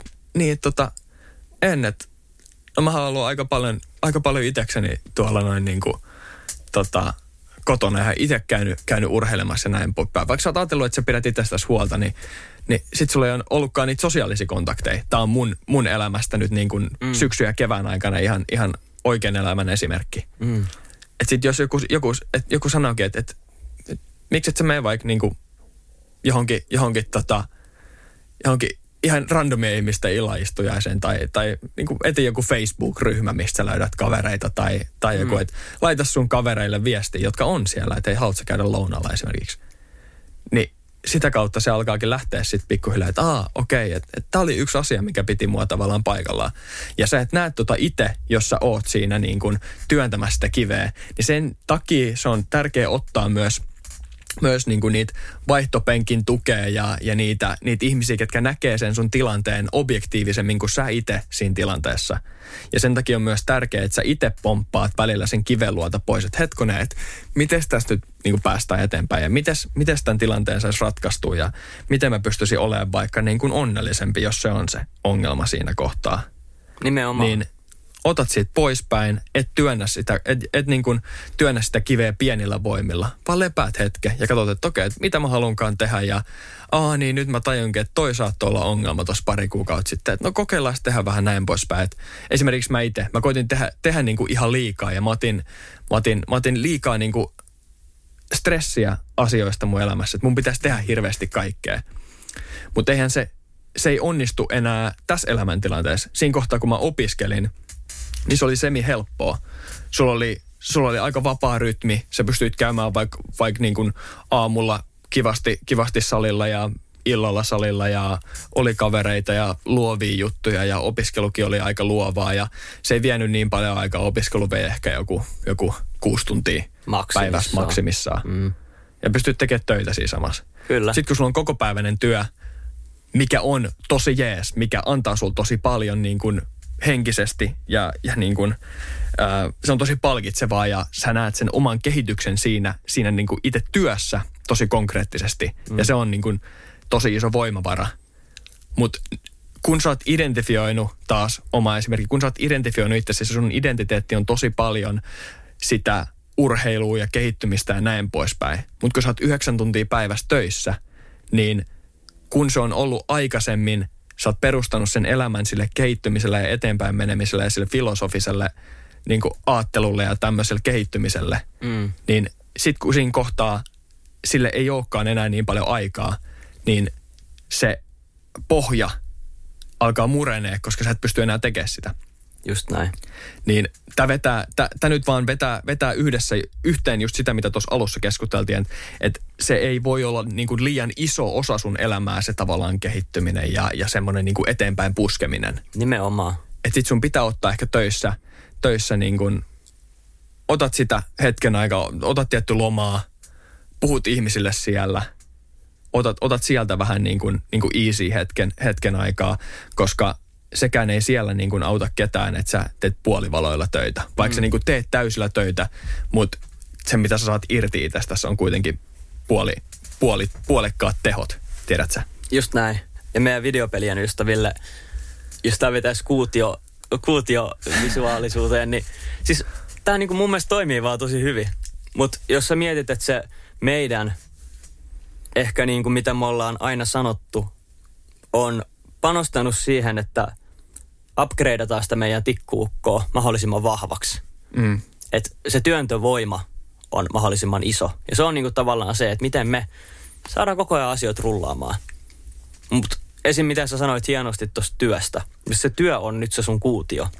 No mä haluan aika paljon itekseni tuolla noin niinku kotona ja itse käynyt urheilemassa ja näin poispäin. Vaikka sä oot ajatellut, että sä pidät itsestäsi huolta, niin sit sulla ei ole ollutkaan niitä sosiaalisia kontakteja. Tää on mun elämästä nyt niin kuin syksy- ja kevään aikana ihan oikean elämän esimerkki. Että sit jos joku sanookin, että miksi et sä mene vaikka niinku johonkin ihan randomia ihmisten illaistujaiseen tai niin kuin etin joku Facebook-ryhmä, mistä sä löydät kavereita tai joku, että laita sun kavereille viestiä, jotka on siellä, että ei haluatko käydä lounalla esimerkiksi. Niin sitä kautta se alkaakin lähteä sitten pikkuhiljaa, että okei, että tää oli yksi asia, mikä piti mua tavallaan paikallaan. Ja sä et näe itse, jos sä oot siinä niin kuin työntämässä sitä kiveä, niin sen takia se on tärkeää ottaa myös niin kuin niitä vaihtopenkin tukea ja niitä ihmisiä, ketkä näkee sen sun tilanteen objektiivisemmin kuin sä itse siinä tilanteessa. Ja sen takia on myös tärkeää, että sä itse pomppaat välillä sen kiven luota pois, että hetkonen, että miten tästä nyt niin kuin päästään eteenpäin ja miten tämän tilanteen saisi ratkaistua ja miten mä pystyisin olemaan vaikka niin kuin onnellisempi, jos se on se ongelma siinä kohtaa. Nimenomaan. Niin otat siitä poispäin, et työnnä sitä, et niin kuin työnnä sitä kiveä pienillä voimilla, vaan lepäät hetken ja katsot, että okei, että mitä mä haluankaan tehdä ja niin nyt mä tajunkin, että toi saattoi olla ongelma tuossa pari kuukautta sitten, että no kokeillaan tehdä vähän näin poispäin. Et esimerkiksi mä koitin tehdä niin kuin ihan liikaa ja mä otin liikaa niin kuin stressiä asioista mun elämässä, että mun pitäisi tehdä hirveästi kaikkea. Mutta eihän se ei onnistu enää tässä elämäntilanteessa. Siinä kohtaa, kun mä opiskelin, niin se oli semi-helppoa. Sulla oli aika vapaa rytmi. Sä pystyit käymään vaikka niin kuin aamulla kivasti salilla ja illalla salilla ja oli kavereita ja luovia juttuja ja opiskelukin oli aika luovaa ja se ei vienyt niin paljon aikaa. Opiskelu vei ehkä joku 6 tuntia päivässä maksimissaan. Ja pystyt tekemään töitä siinä samassa. Kyllä. Sitten kun sulla on kokopäiväinen työ, mikä on tosi jees, mikä antaa sulla tosi paljon niin kuin henkisesti ja niin kuin, se on tosi palkitsevaa ja sä näet sen oman kehityksen siinä niin kuin itse työssä tosi konkreettisesti. Ja se on niin kuin tosi iso voimavara. Mutta kun sä oot identifioinut taas oma esimerkki, kun sä oot identifioinut itsesi, sun identiteetti on tosi paljon sitä urheilua ja kehittymistä ja näin poispäin. Mutta kun sä oot 9 tuntia päivässä töissä, niin kun se on ollut aikaisemmin, sä oot perustanut sen elämän sille kehittymiselle ja eteenpäin menemiselle ja sille filosofiselle niin kuin aattelulle ja tämmöiselle kehittymiselle, niin sit kun siinä kohtaa sille ei olekaan enää niin paljon aikaa, niin se pohja alkaa murenee, koska sä et pysty enää tekemään sitä. Just näin. Niin tää nyt vaan vetää yhteen just sitä, mitä tuossa alussa keskusteltiin, että se ei voi olla niin kuin liian iso osa sun elämää se tavallaan kehittyminen ja semmoinen niin kuin eteenpäin puskeminen. Nimenomaan. Että sit sun pitää ottaa ehkä töissä niin kuin, otat sitä hetken aikaa, otat tietty lomaa, puhut ihmisille siellä, otat sieltä vähän niin kuin easy hetken aikaa, koska sekään ei siellä niin kuin auta ketään, että sä teet puolivaloilla töitä. Vaikka sä niin kuin teet täysillä töitä, mutta se mitä sä saat irti itsestäsi on kuitenkin puolikkaat tehot, tiedät sä? Just näin. Ja meidän videopelien ystäville, jos tää vetäisi kuutiovisuaalisuuteen, niin siis tää niin kuin mun mielestä toimii vaan tosi hyvin. Mutta jos sä mietit, että se meidän, ehkä niin kuin mitä me ollaan aina sanottu, on panostanut siihen, että upgradeataan sitä meidän tikkuukkoa mahdollisimman vahvaksi. Että se työntövoima on mahdollisimman iso. Ja se on niinku tavallaan se, että miten me saadaan koko ajan asioita rullaamaan. Mutta esim. Mitä sä sanoit hienosti tuosta työstä, jos se työ on nyt se sun kuutio,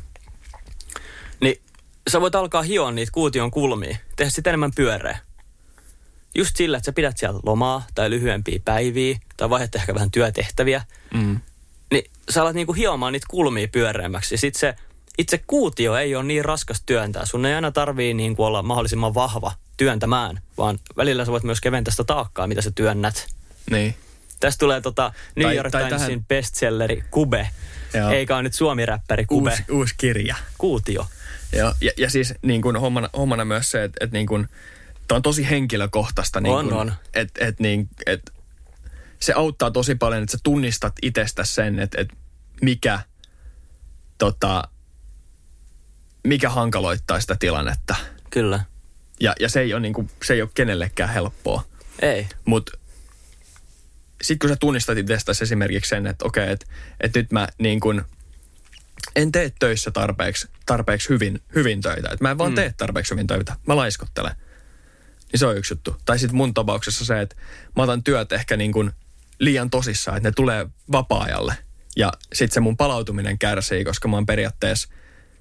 niin sä voit alkaa hioa niitä kuution kulmia, tehdä sitä enemmän pyöreä. Just sillä, että sä pidät siellä lomaa tai lyhyempiä päiviä tai vaihdat ehkä vähän työtehtäviä, niin sä alat niinku hiomaan niitä kulmia pyöreämmäksi. Ja sit se itse kuutio ei ole niin raskas työntää. Sun ei aina tarvii niinku olla mahdollisimman vahva työntämään, vaan välillä sä voit myös keventää sitä taakkaa, mitä sä työnnät. Niin. Tästä tulee New York Timesin bestselleri Kube. Joo. Eikä ole nyt suomi-räppäri Kube. Uusi kirja. Kuutio. Joo. Ja siis niin kuin hommana myös se, että niin kuin, tämä on tosi henkilökohtaista. Niin on. Että se auttaa tosi paljon, että sä tunnistat itsestä sen, että mikä hankaloittaa sitä tilannetta. Kyllä. Ja se ei ole, se ei ole kenellekään helppoa. Ei. Mutta sitten kun sä tunnistat itsestäsi esimerkiksi sen, että okei, että nyt mä niin kuin en tee töissä tarpeeksi hyvin töitä. Että mä en vaan tee tarpeeksi hyvin töitä. Mä laiskottelen. Niin se on yksi juttu. Tai sitten mun tapauksessa se, että mä otan työt ehkä niin kuin liian tosissaan, että ne tulee vapaa-ajalle. Ja sitten se mun palautuminen kärsii, koska mä oon periaatteessa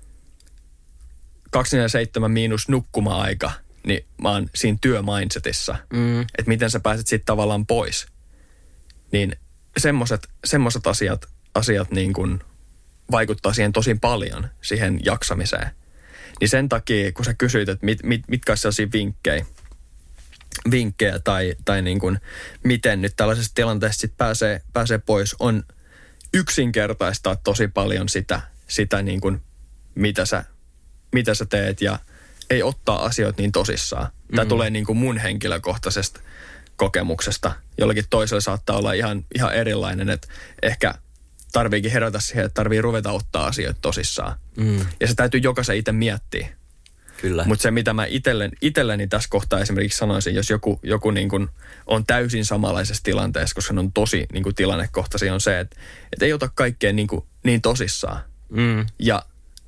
24/7 miinus nukkuma-aika, niin mä oon siinä työmindsetissa. Että miten sä pääset siitä tavallaan pois. Niin semmoiset asiat niin kuin vaikuttaa siihen tosi paljon, siihen jaksamiseen. Niin sen takia, kun sä kysyit, että mitkä olisi sellaisia vinkkejä tai niin kuin, miten nyt tällaisessa tilanteessa sit pääsee pois, on yksinkertaistaa tosi paljon sitä niin kuin, mitä sä teet ja ei ottaa asioita niin tosissaan. Tämä tulee niin kuin mun henkilökohtaisesta kokemuksesta. Jollakin toisella saattaa olla ihan erilainen, että ehkä tarviikin herätä siihen, että tarvii ruveta ottaa asioita tosissaan. Ja se täytyy jokaisen itse miettiä. Kyllä. Mutta se, mitä mä itselleni tässä kohtaa esimerkiksi sanoisin, jos joku niin kuin on täysin samanlaisessa tilanteessa, koska ne on tosi niin kuin tilannekohtaisia, on se, että ei ota kaikkea niin tosissaan. Ja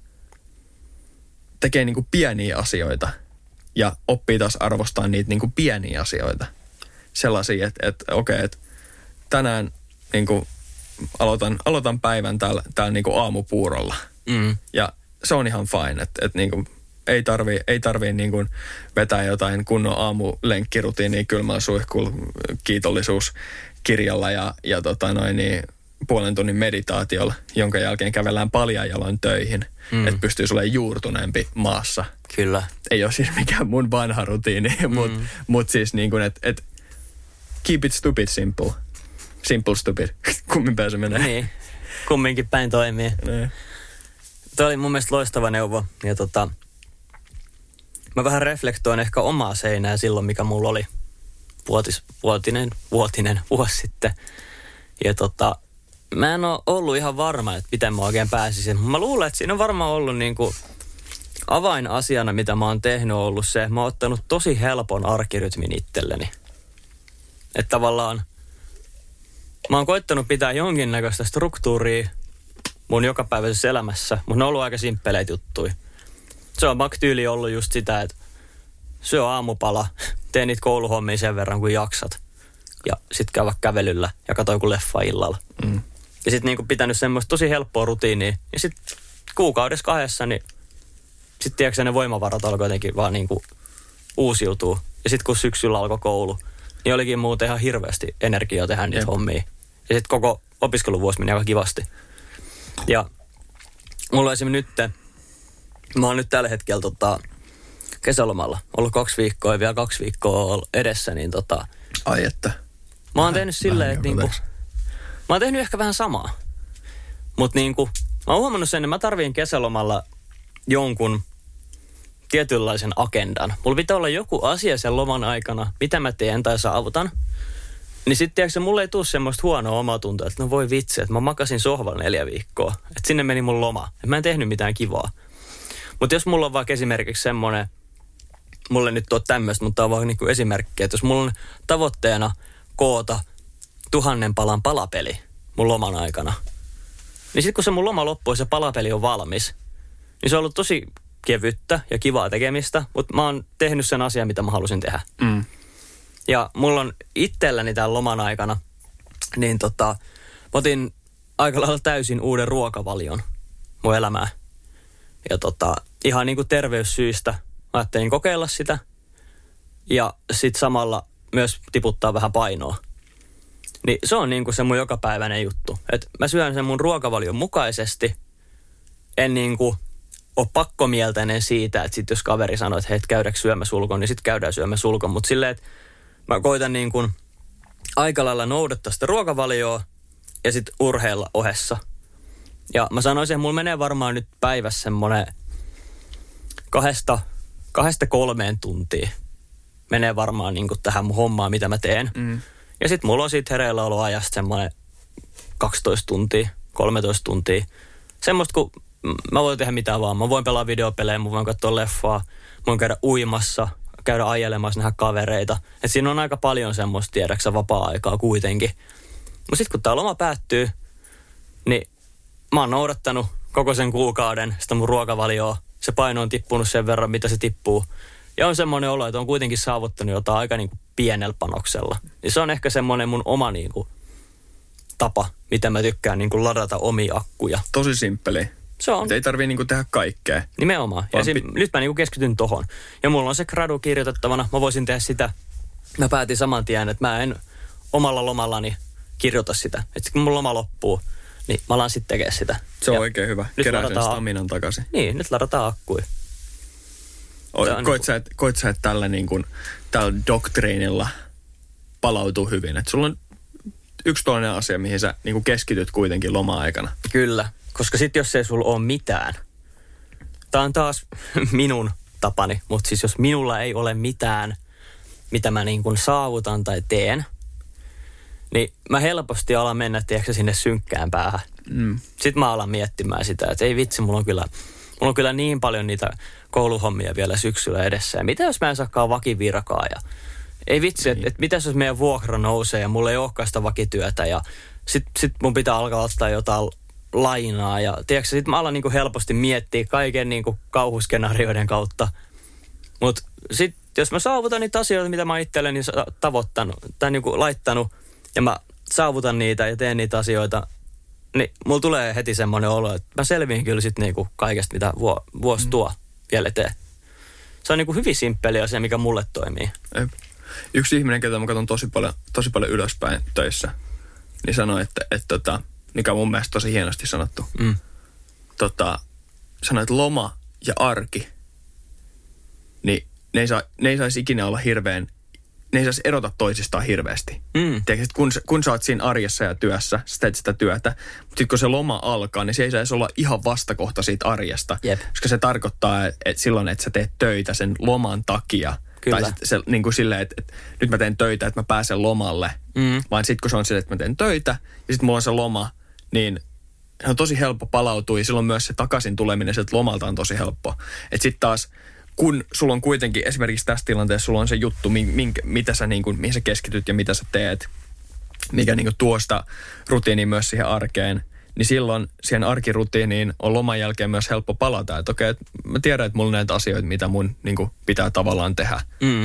tekee niin kuin pieniä asioita ja oppii taas arvostaa niitä niin kuin pieniä asioita. Sellaisia, että tänään niin kuin aloitan päivän täällä niin kuin aamupuurolla. Ja se on ihan fine, että niin kuin ei tarvii niin kuin vetää jotain kunnon aamulenkkirutiinia kylmällä suihkulla kiitollisuuskirjalla ja puolen tunnin meditaatiolla, jonka jälkeen kävellään paljain jaloin töihin, että pystyy olemaan juurtuneempi maassa. Kyllä. Ei ole siis mikään mun vanha rutiini, mutta siis niin kuin, että keep it stupid simple. Simple stupid. Kummin pääse menee. Niin, kumminkin päin toimii. Ne. Tuo oli mun mielestä loistava neuvo. Ja mä vähän reflektoin ehkä omaa seinää silloin, mikä mulla oli vuotinen vuosi sitten. Ja mä en ole ollut ihan varma, että miten mä oikein pääsisin. Mä luulen, että siinä on varmaan ollut niinku avainasiana, mitä mä oon tehnyt, on ollut se, että mä oon ottanut tosi helpon arkirytmin itselleni. Että tavallaan mä oon koittanut pitää jonkinnäköistä struktuuria mun jokapäiväisessä elämässä, mutta ne on ollut aika simppeleitä juttuja. Se on tyyli ollut just sitä, että syö aamupala, tee niitä kouluhommia sen verran kuin jaksat. Ja sit käy vaikka kävelyllä ja katso joku leffa illalla. Ja sit niinku pitänyt semmoista tosi helppoa rutiinia. Ja sit kuukaudessa 2, niin sit tiedätkö ne voimavarat alkoi jotenkin vaan niinku uusiutuu. Ja sit kun syksyllä alkoi koulu, niin olikin muuten ihan hirveästi energiaa tehdä niitä hommia. Ja sit koko opiskeluvuosi meni aika kivasti. Ja mulla esimerkiksi nyt, mä oon nyt tällä hetkellä kesälomalla ollut 2 viikkoa ja vielä 2 viikkoa edessä, niin Ai että. Mä oon tehnyt silleen, että niinku, mä oon tehnyt ehkä vähän samaa. Mutta niinku, mä oon huomannut sen, että mä tarviin kesälomalla jonkun tietynlaisen agendan. Mulla pitää olla joku asia sen loman aikana, mitä mä teen tai saavutan. Niin sitten tiedätkö, mulle ei tule semmoista huonoa omatuntoa, että no voi vitsi, että mä makasin sohvalla 4 viikkoa. Että sinne meni mun loma. Että mä en tehnyt mitään kivaa. Mutta jos mulla on vaikka esimerkiksi semmoinen, mulle nyt on tämmöistä, mutta on vaan niinku esimerkki, että jos mulla on tavoitteena koota 1000 palan palapeli mun loman aikana, niin sitten kun se mun loma loppuu ja se palapeli on valmis, niin se on ollut tosi kevyttä ja kivaa tekemistä, mutta mä oon tehnyt sen asian, mitä mä halusin tehdä. Ja mulla on itselläni tämän loman aikana, niin mä otin aika lailla täysin uuden ruokavalion mun elämään. Ja ihan niin kuin terveyssyistä mä ajattelin kokeilla sitä ja sitten samalla myös tiputtaa vähän painoa. Niin se on niin kuin se mun jokapäiväinen juttu. Että mä syön sen mun ruokavalion mukaisesti. En niin kuin ole pakkomieltäinen siitä, että sit jos kaveri sanoo, että hei, käydäänkö syömässä ulkon, niin sit käydään syömässä ulkon. Mutta silleen, että mä koitan niin kuin aika lailla noudattaa sitä ruokavalioa ja sit urheilla ohessa. Ja mä sanoisin, että mulla menee varmaan nyt päivässä semmoinen 2-3 tuntia. Menee varmaan niin kuin tähän mun hommaan, mitä mä teen. Ja sit mulla on siitä hereilläoloajasta semmoinen 12 tuntia, 13 tuntia. Semmoista, kun mä voin tehdä mitään vaan. Mä voin pelaa videopelejä, mä voin katsoa leffaa, mä voin käydä uimassa, käydä ajelemassa, nähdä kavereita. Et siinä on aika paljon semmoista, tiedäksä, vapaa-aikaa kuitenkin. Mutta sit kun tää loma päättyy, niin mä oon noudattanut koko sen kuukauden sitä mun ruokavalioa. Se paino on tippunut sen verran, mitä se tippuu. Ja on semmoinen olo, että on kuitenkin saavuttanut jotain aika niin kuin pienellä panoksella. Ja se on ehkä semmoinen mun oma niin kuin tapa, mitä mä tykkään niin kuin ladata omia akkuja. Tosi simppeli. Se on. Ei tarvii niin kuin tehdä kaikkea. Nimenomaan. Ja nyt mä niin kuin keskityn tohon. Ja mulla on se gradu kirjoitettavana. Mä voisin tehdä sitä. Mä päätin saman tien, että mä en omalla lomallani kirjoita sitä. Että kun mun loma loppuu, niin mä alan sitten tekemään sitä. Se on oikein hyvä. Kerää sen staminan takaisin. Niin, nyt ladataan akkuja. Koit sä, että tällä doktriinilla palautuu hyvin? Että sulla on yksi toinen asia, mihin sä niin kuin keskityt kuitenkin loma-aikana. Kyllä, koska sitten jos ei sulla ole mitään. Tää on taas minun tapani, mutta siis jos minulla ei ole mitään, mitä mä niin kuin saavutan tai teen, niin mä helposti alan mennä, tiedätkö, sinne synkkään päähän. Sitten mä alan miettimään sitä, että ei vitsi, mulla on kyllä niin paljon niitä kouluhommia vielä syksyllä edessä. Ja mitä jos mä en saakaan vakivirkaa ja ei vitsi, että mitä jos meidän vuokra nousee ja mulla ei olekaan sitä vakityötä ja sit mun pitää alkaa ottaa jotain lainaa ja tiedätkö, sit mä alan niinku helposti miettiä kaiken niinku kauhuskenaarioiden kautta. Mut sit jos mä saavutan niitä asioita, mitä mä oon itselleni tavoittanut tai niinku laittanut ja mä saavutan niitä ja teen niitä asioita, niin mulla tulee heti semmoinen olo, että mä selviin kyllä sit niinku kaikesta, mitä vuosi tuo vielä eteen. Se on niinku hyvin simppeli asia, mikä mulle toimii. Yksi ihminen, ketä mä katson tosi paljon ylöspäin töissä, niin sanoi, että mikä on mun mielestä tosi hienosti sanottu. Sanoi, että loma ja arki, niin ne ei saisi ikinä olla ne ei saisi erota toisistaan hirveästi. Tiedätkö, kun sä oot siinä arjessa ja työssä, sä teet sitä työtä, mutta sitten kun se loma alkaa, niin se ei saisi olla ihan vastakohta siitä arjesta. Jep. Koska se tarkoittaa, että silloin, että sä teet töitä sen loman takia. Kyllä. Tai se, niin kuin silleen, että nyt mä teen töitä, että mä pääsen lomalle. Vaan sitten kun se on silleen, että mä teen töitä ja sitten mulla on se loma, niin on tosi helppo palautua ja silloin myös se takaisin tuleminen sieltä lomalta on tosi helppo. Että sitten taas kun sulla on kuitenkin, esimerkiksi tässä tilanteessa sulla on se juttu, mitä sä niin kuin, mihin sä keskityt ja mitä sä teet, mikä niin kuin tuo sitä rutiiniin myös siihen arkeen, niin silloin siihen arkirutiiniin on loman jälkeen myös helppo palata. Että okei, mä tiedän, että mulla on näitä asioita, mitä mun niin kuin pitää tavallaan tehdä.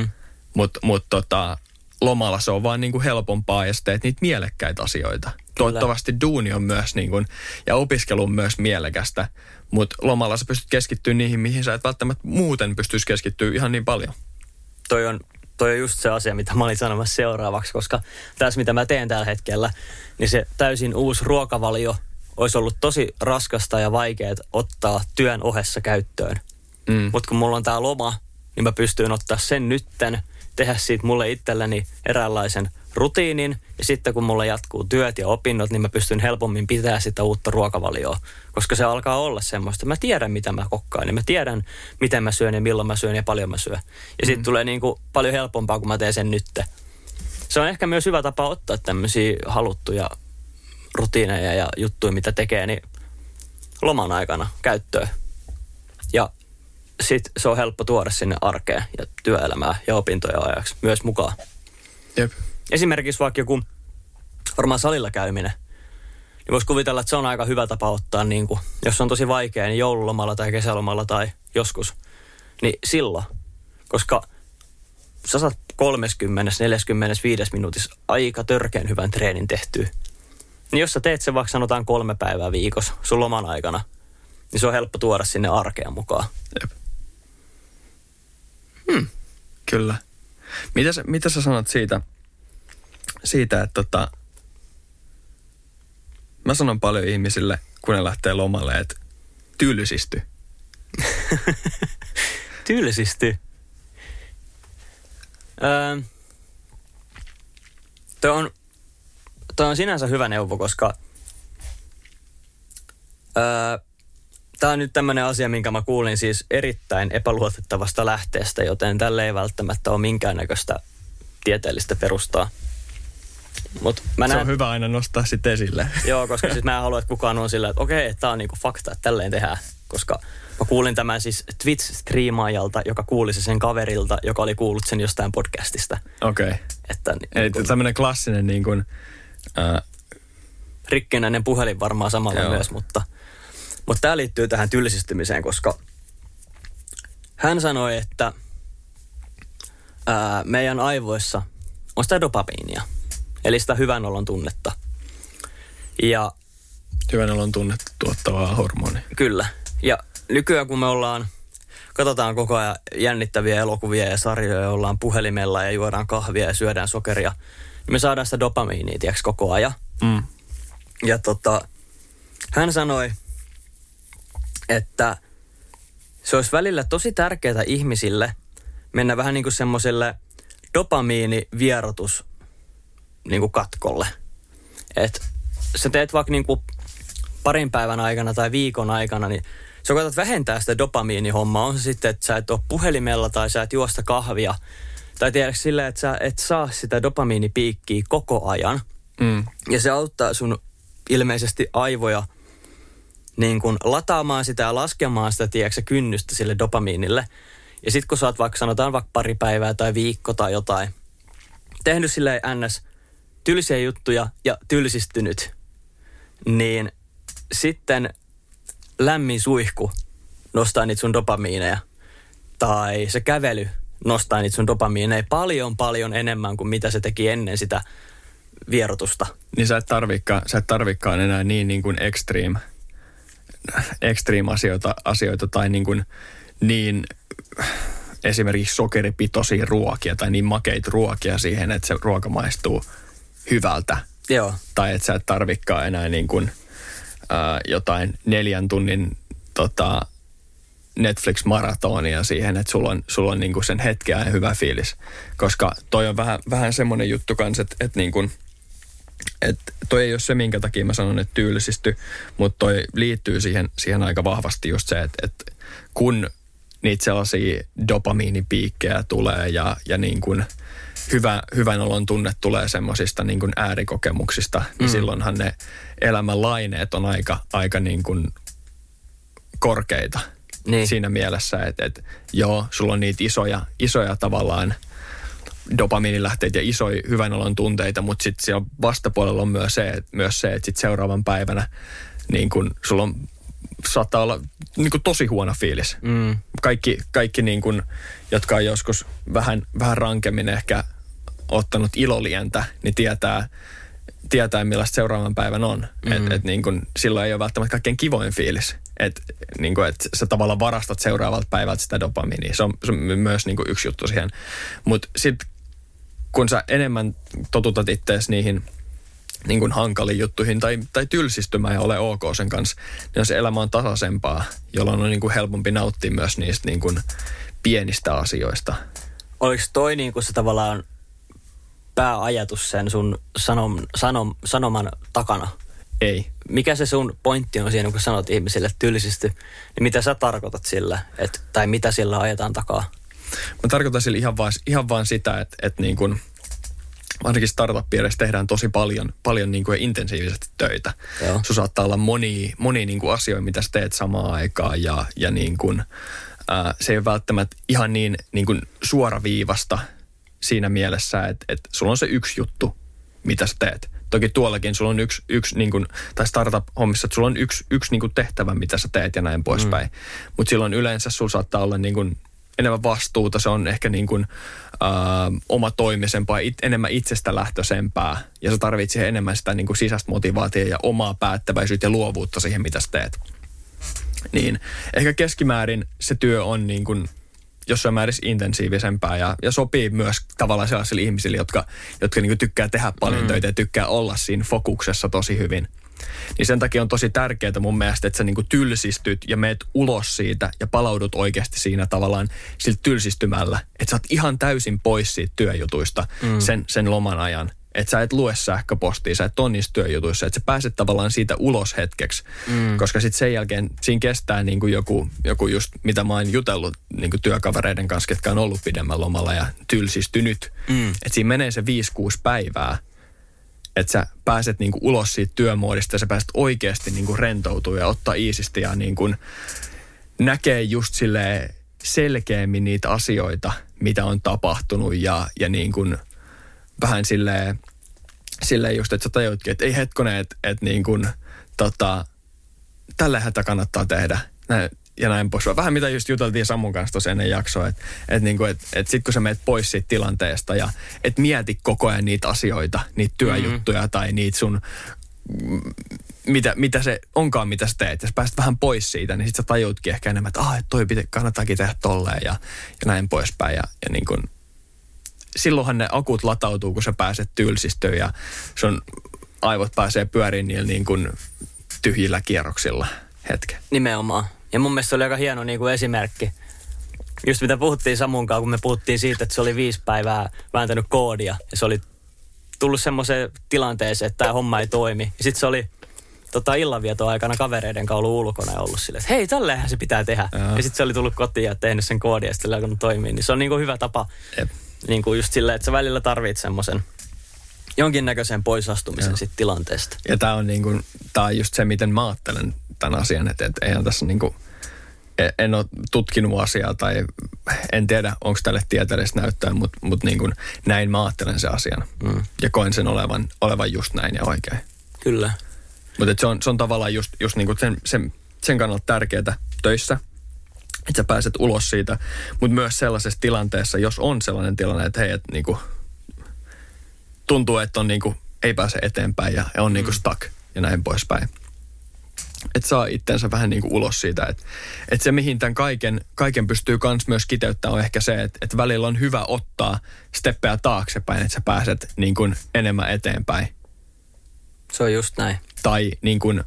Mutta lomalla se on vaan niin kuin helpompaa ja sä teet niitä mielekkäitä asioita. Kyllä. Toivottavasti duuni on myös niin kuin, ja opiskelu on myös mielekästä, mutta lomalla sä pystyt keskittymään niihin, mihin sä et välttämättä muuten pystyisi keskittymään ihan niin paljon. Toi on just se asia, mitä mä olin sanomassa seuraavaksi, koska tässä mitä mä teen tällä hetkellä, niin se täysin uusi ruokavalio olisi ollut tosi raskasta ja vaikeaa ottaa työn ohessa käyttöön. Mutta kun mulla on tää loma, niin mä pystyn ottaa sen nytten, tehdä siitä mulle itselläni eräänlaisen rutiinin. Ja sitten kun mulla jatkuu työt ja opinnot, niin mä pystyn helpommin pitää sitä uutta ruokavalioa. Koska se alkaa olla semmoista. Mä tiedän, mitä mä kokkaan. Ja mä tiedän, miten mä syön ja milloin mä syön ja paljon mä syön. Ja sitten tulee niinku paljon helpompaa, kun mä teen sen nytte. Se on ehkä myös hyvä tapa ottaa tämmöisiä haluttuja rutiineja ja juttuja, mitä tekee, niin loman aikana käyttöön. Ja sitten se on helppo tuoda sinne arkeen ja työelämää ja opintoja ajaksi myös mukaan. Jep. Esimerkiksi vaikka joku varmaan salilla käyminen. Niin voisi kuvitella, että se on aika hyvä tapa ottaa, niin kuin, jos on tosi vaikea, niin joululomalla tai kesälomalla tai joskus. Niin silloin, koska sä saat 30-45 minuutissa aika törkeän hyvän treenin tehtyä. Niin jos sä teet sen vaikka sanotaan 3 päivää viikossa sun loman aikana, niin se on helppo tuoda sinne arkeen mukaan. Jep. Kyllä. Mitä sä sanot siitä että mä sanon paljon ihmisille, kun ne lähtee lomalle, että tylsisty. Tylsisty. Toi on sinänsä hyvä neuvo, koska tämä on nyt tämmöinen asia, minkä mä kuulin siis erittäin epäluotettavasta lähteestä, joten tälle ei välttämättä ole minkäännäköistä tieteellistä perustaa. Se on hyvä aina nostaa sitten esille. Joo, koska siis mä en halua, että kukaan on sillä, että okei, että tää on niinku fakta, että tälleen tehdään. Koska mä kuulin tämän siis Twitch-striimaajalta, joka kuuli sen kaverilta, joka oli kuullut sen jostain podcastista. Okei. Eli tämmöinen klassinen niin kuin rikkinäinen puhelin varmaan samalla joo. Myös, mutta tämä liittyy tähän tylsistymiseen, koska hän sanoi, että meidän aivoissa on sitä dopamiinia, eli sitä hyvän olon tunnetta. Ja hyvän olon tunnetta tuottavaa hormonia. Kyllä. Ja nykyään kun me katsotaan koko ajan jännittäviä elokuvia ja sarjoja ja ollaan puhelimella ja juodaan kahvia ja syödään sokeria, niin me saadaan sitä dopamiinia, tiedätkö, koko ajan. Ja hän sanoi, että se olisi välillä tosi tärkeää ihmisille mennä vähän niin kuin semmoiselle dopamiinivierotus niin kuin katkolle. Että sä teet vaikka niin kuin parin päivän aikana tai viikon aikana, niin sä koetat vähentää sitä dopamiinihommaa. On se sitten, että sä et ole puhelimella tai sä et juosta kahvia. Tai tiedätkö silleen, että sä et saa sitä dopamiinipiikkiä koko ajan. Ja se auttaa sun ilmeisesti aivoja niin kuin lataamaan sitä ja laskemaan sitä, tiedätkö, kynnystä sille dopamiinille. Ja sit kun sä oot sanotaan vaikka pari päivää tai viikko tai jotain, tehnyt silleen ns. Tylsiä juttuja ja tylsistynyt, niin sitten lämmin suihku nostaa niitä sun dopamiineja. Tai se kävely nostaa niitä sun dopamiineja paljon enemmän kuin mitä se teki ennen sitä vierotusta. Niin sä et tarvikaan enää niin kuin extreme asioita tai niin esimerkiksi sokeripitoisia ruokia tai niin makeita ruokia siihen, että se ruoka maistuu hyvältä. Joo. Tai että sä et tarvikaan enää niin kuin, jotain 4 tunnin Netflix-maratonia siihen, että sulla on niin kuin sen hetken ajan hyvä fiilis. Koska toi on vähän semmoinen juttu kanssa, että niin kuin, että toi ei ole se, minkä takia mä sanon, että tylsisty, mutta toi liittyy siihen aika vahvasti just se, että kun niitä sellaisia dopamiinipiikkejä tulee ja niin kuin hyvän olon tunne tulee semmoisista niin kuin äärikokemuksista, niin silloinhan ne elämän laineet on aika niin kuin korkeita siinä mielessä, että joo, sulla on niitä isoja tavallaan dopamiinilähteitä ja isoja hyvän olon tunteita, mutta sitten siellä vastapuolella on myös se, että sit seuraavan päivänä niin kun sulla saattaa olla niin kun tosi huono fiilis. Kaikki niin kun, jotka on joskus vähän rankemmin ehkä ottanut ilolientä, niin tietää millaista seuraavan päivän on. Et niin kun, silloin ei ole välttämättä kaikkein kivoin fiilis. Että niin et sä tavallaan varastat seuraavalta päivältä sitä dopamiinia. Se on myös niin kun yksi juttu siihen. Mutta sitten kun sä enemmän totutat ittees niihin niin kuin hankaliin juttuihin tai tylsistymään ja ole ok sen kanssa, niin se elämä on tasaisempaa, jolloin on niin kuin helpompi nauttia myös niistä niin kuin pienistä asioista. Oliko toi niin kuin se tavallaan pääajatus sen sun sanoman takana? Ei. Mikä se sun pointti on siinä, kun sanot ihmisille tylsisty, niin mitä sä tarkoitat sillä, tai mitä sillä ajetaan takaa? Mä tarkoitan sillä ihan vaan sitä, että niin kuin, varsinkin startup-piirissä tehdään tosi paljon niin kuin intensiivisesti töitä. Joo. Sun saattaa olla moni niin kuin asioita, mitä sä teet samaan aikaan ja niin kuin, se ei ole välttämättä ihan niin kuin suoraviivasta siinä mielessä, että sulla on se yksi juttu, mitä sä teet. Toki tuollakin sulla on yksi niin kuin, tai startup-hommissa, että sulla on yksi niin kuin tehtävä, mitä sä teet ja näin poispäin. Mutta silloin yleensä sulla saattaa olla niin kuin enemmän vastuuta, se on ehkä niin kuin oma toimisempaa, enemmän itsestä lähtöisempää ja sä tarvitset siihen enemmän sitä niin kuin sisäistä motivaatiota ja omaa päättäväisyyttä ja luovuutta siihen, mitä sä teet. Niin ehkä keskimäärin se työ on niin kuin jossain määrin intensiivisempää ja sopii myös tavallaan sellaisille ihmisille, jotka niin kuin tykkää tehdä paljon töitä ja tykkää olla siinä fokuksessa tosi hyvin. Niin sen takia on tosi tärkeää mun mielestä, että sä niin kuin tylsistyt ja meet ulos siitä ja palaudut oikeasti siinä tavallaan siltä tylsistymällä. Että sä oot ihan täysin pois siitä työjutuista sen loman ajan. Että sä et lue sähköpostia, sä et ole niissä työjutuissa. Että sä pääset tavallaan siitä ulos hetkeksi. Koska sitten sen jälkeen siinä kestää niin kuin joku just, mitä mä oon jutellut niin kuin työkavereiden kanssa, ketkä on ollut pidemmän lomalla ja tylsistynyt. Että siinä menee se 5-6 päivää. Että sä pääset niinku ulos siitä työmuodista ja sä pääset oikeasti niinku rentoutumaan ja ottaa iisisti ja niinku näkee just silleen selkeämmin niitä asioita, mitä on tapahtunut ja niinku vähän silleen just, että sä tajutkin, että ei hetkonen, että niinku tällähän tätä kannattaa tehdä. Ja näin pois. Vähän mitä just juteltiin Samun kanssa tuossa ennen jaksoa, että sit kun sä meet pois siitä tilanteesta ja et mieti koko ajan niitä asioita, niitä työjuttuja tai niitä sun, mitä se onkaan, mitä sä teet, ja sä pääset vähän pois siitä, niin sit sä tajutkin ehkä enemmän, että toi kannattaakin tehdä tolleen ja näin poispäin. Ja niin kun, silloinhan ne akut latautuu, kun sä pääset tylsistyä ja sun aivot pääsee pyöriin niillä niin kun tyhjillä kierroksilla hetken. Nimenomaan. Ja mun mielestä se oli aika hieno niin kuin esimerkki. Just mitä puhuttiin Samunkaan, kun me puhuttiin siitä, että se oli 5 päivää vääntänyt koodia. Ja se oli tullut semmoiseen tilanteeseen, että tämä homma ei toimi. Ja sitten se oli illanvieton aikana kavereiden kanssa ollut ulkona ja ollut silleen, että hei, tälleenhän se pitää tehdä. Ja sitten se oli tullut kotiin ja tehnyt sen koodia ja sitten alkanut toimia. Niin se on niin kuin hyvä tapa niin kuin just silleen, että sä välillä tarvitset semmoisen jonkinnäköisen poisastumisen sit tilanteesta. Ja tää on just se, miten mä ajattelen tämän asian, että eihän tässä niinku, en ole tutkinut asiaa tai en tiedä, onko tälle tieteellistä näyttöä, mutta niin kuin näin mä ajattelen sen asian. Ja koen sen olevan just näin ja oikein. Kyllä. Mutta se on tavallaan just niin kuin sen kannalta tärkeää töissä, että sä pääset ulos siitä, mutta myös sellaisessa tilanteessa, jos on sellainen tilanne, että hei, että niin kuin, tuntuu, että on niin kuin, ei pääse eteenpäin ja on niin kuin stuck ja näin poispäin. Että saa itsensä vähän niin kuin ulos siitä. Että se, mihin tämän kaiken pystyy myös kiteyttämään, on ehkä se, että välillä on hyvä ottaa steppejä taaksepäin, että sä pääset niin kuin enemmän eteenpäin. Se on just näin. Tai niin kuin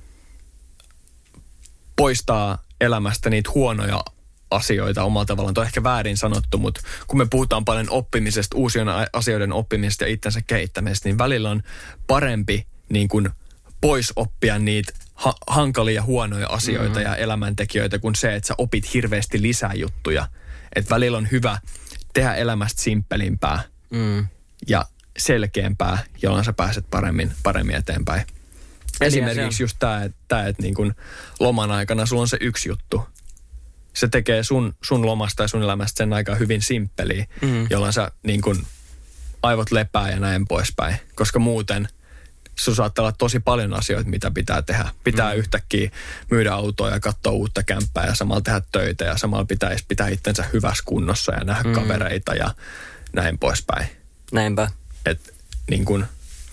poistaa elämästä niitä huonoja asioita omalla tavallaan. Tuo on ehkä väärin sanottu, mutta kun me puhutaan paljon oppimisesta, uusien asioiden oppimisesta ja itsensä kehittämisestä, niin välillä on parempi niin kuin pois oppia niitä hankalia huonoja asioita ja elämäntekijöitä kuin se, että sä opit hirveästi lisää juttuja. Että välillä on hyvä tehdä elämästä simppelimpää ja selkeämpää, jolloin sä pääset paremmin eteenpäin. Esimerkiksi just tämä, että niin kun loman aikana sulla on se yksi juttu. Se tekee sun lomasta ja sun elämästä sen aikaa hyvin simppeliä, jolloin sä niin kun aivot lepää ja näin poispäin. Koska muuten sun saattaa olla tosi paljon asioita, mitä pitää tehdä. Pitää yhtäkkiä myydä autoa ja katsoa uutta kämppää ja samalla tehdä töitä ja samalla pitäisi pitää itsensä hyvässä kunnossa ja nähdä kavereita ja näin poispäin. Näinpä. Että niin kun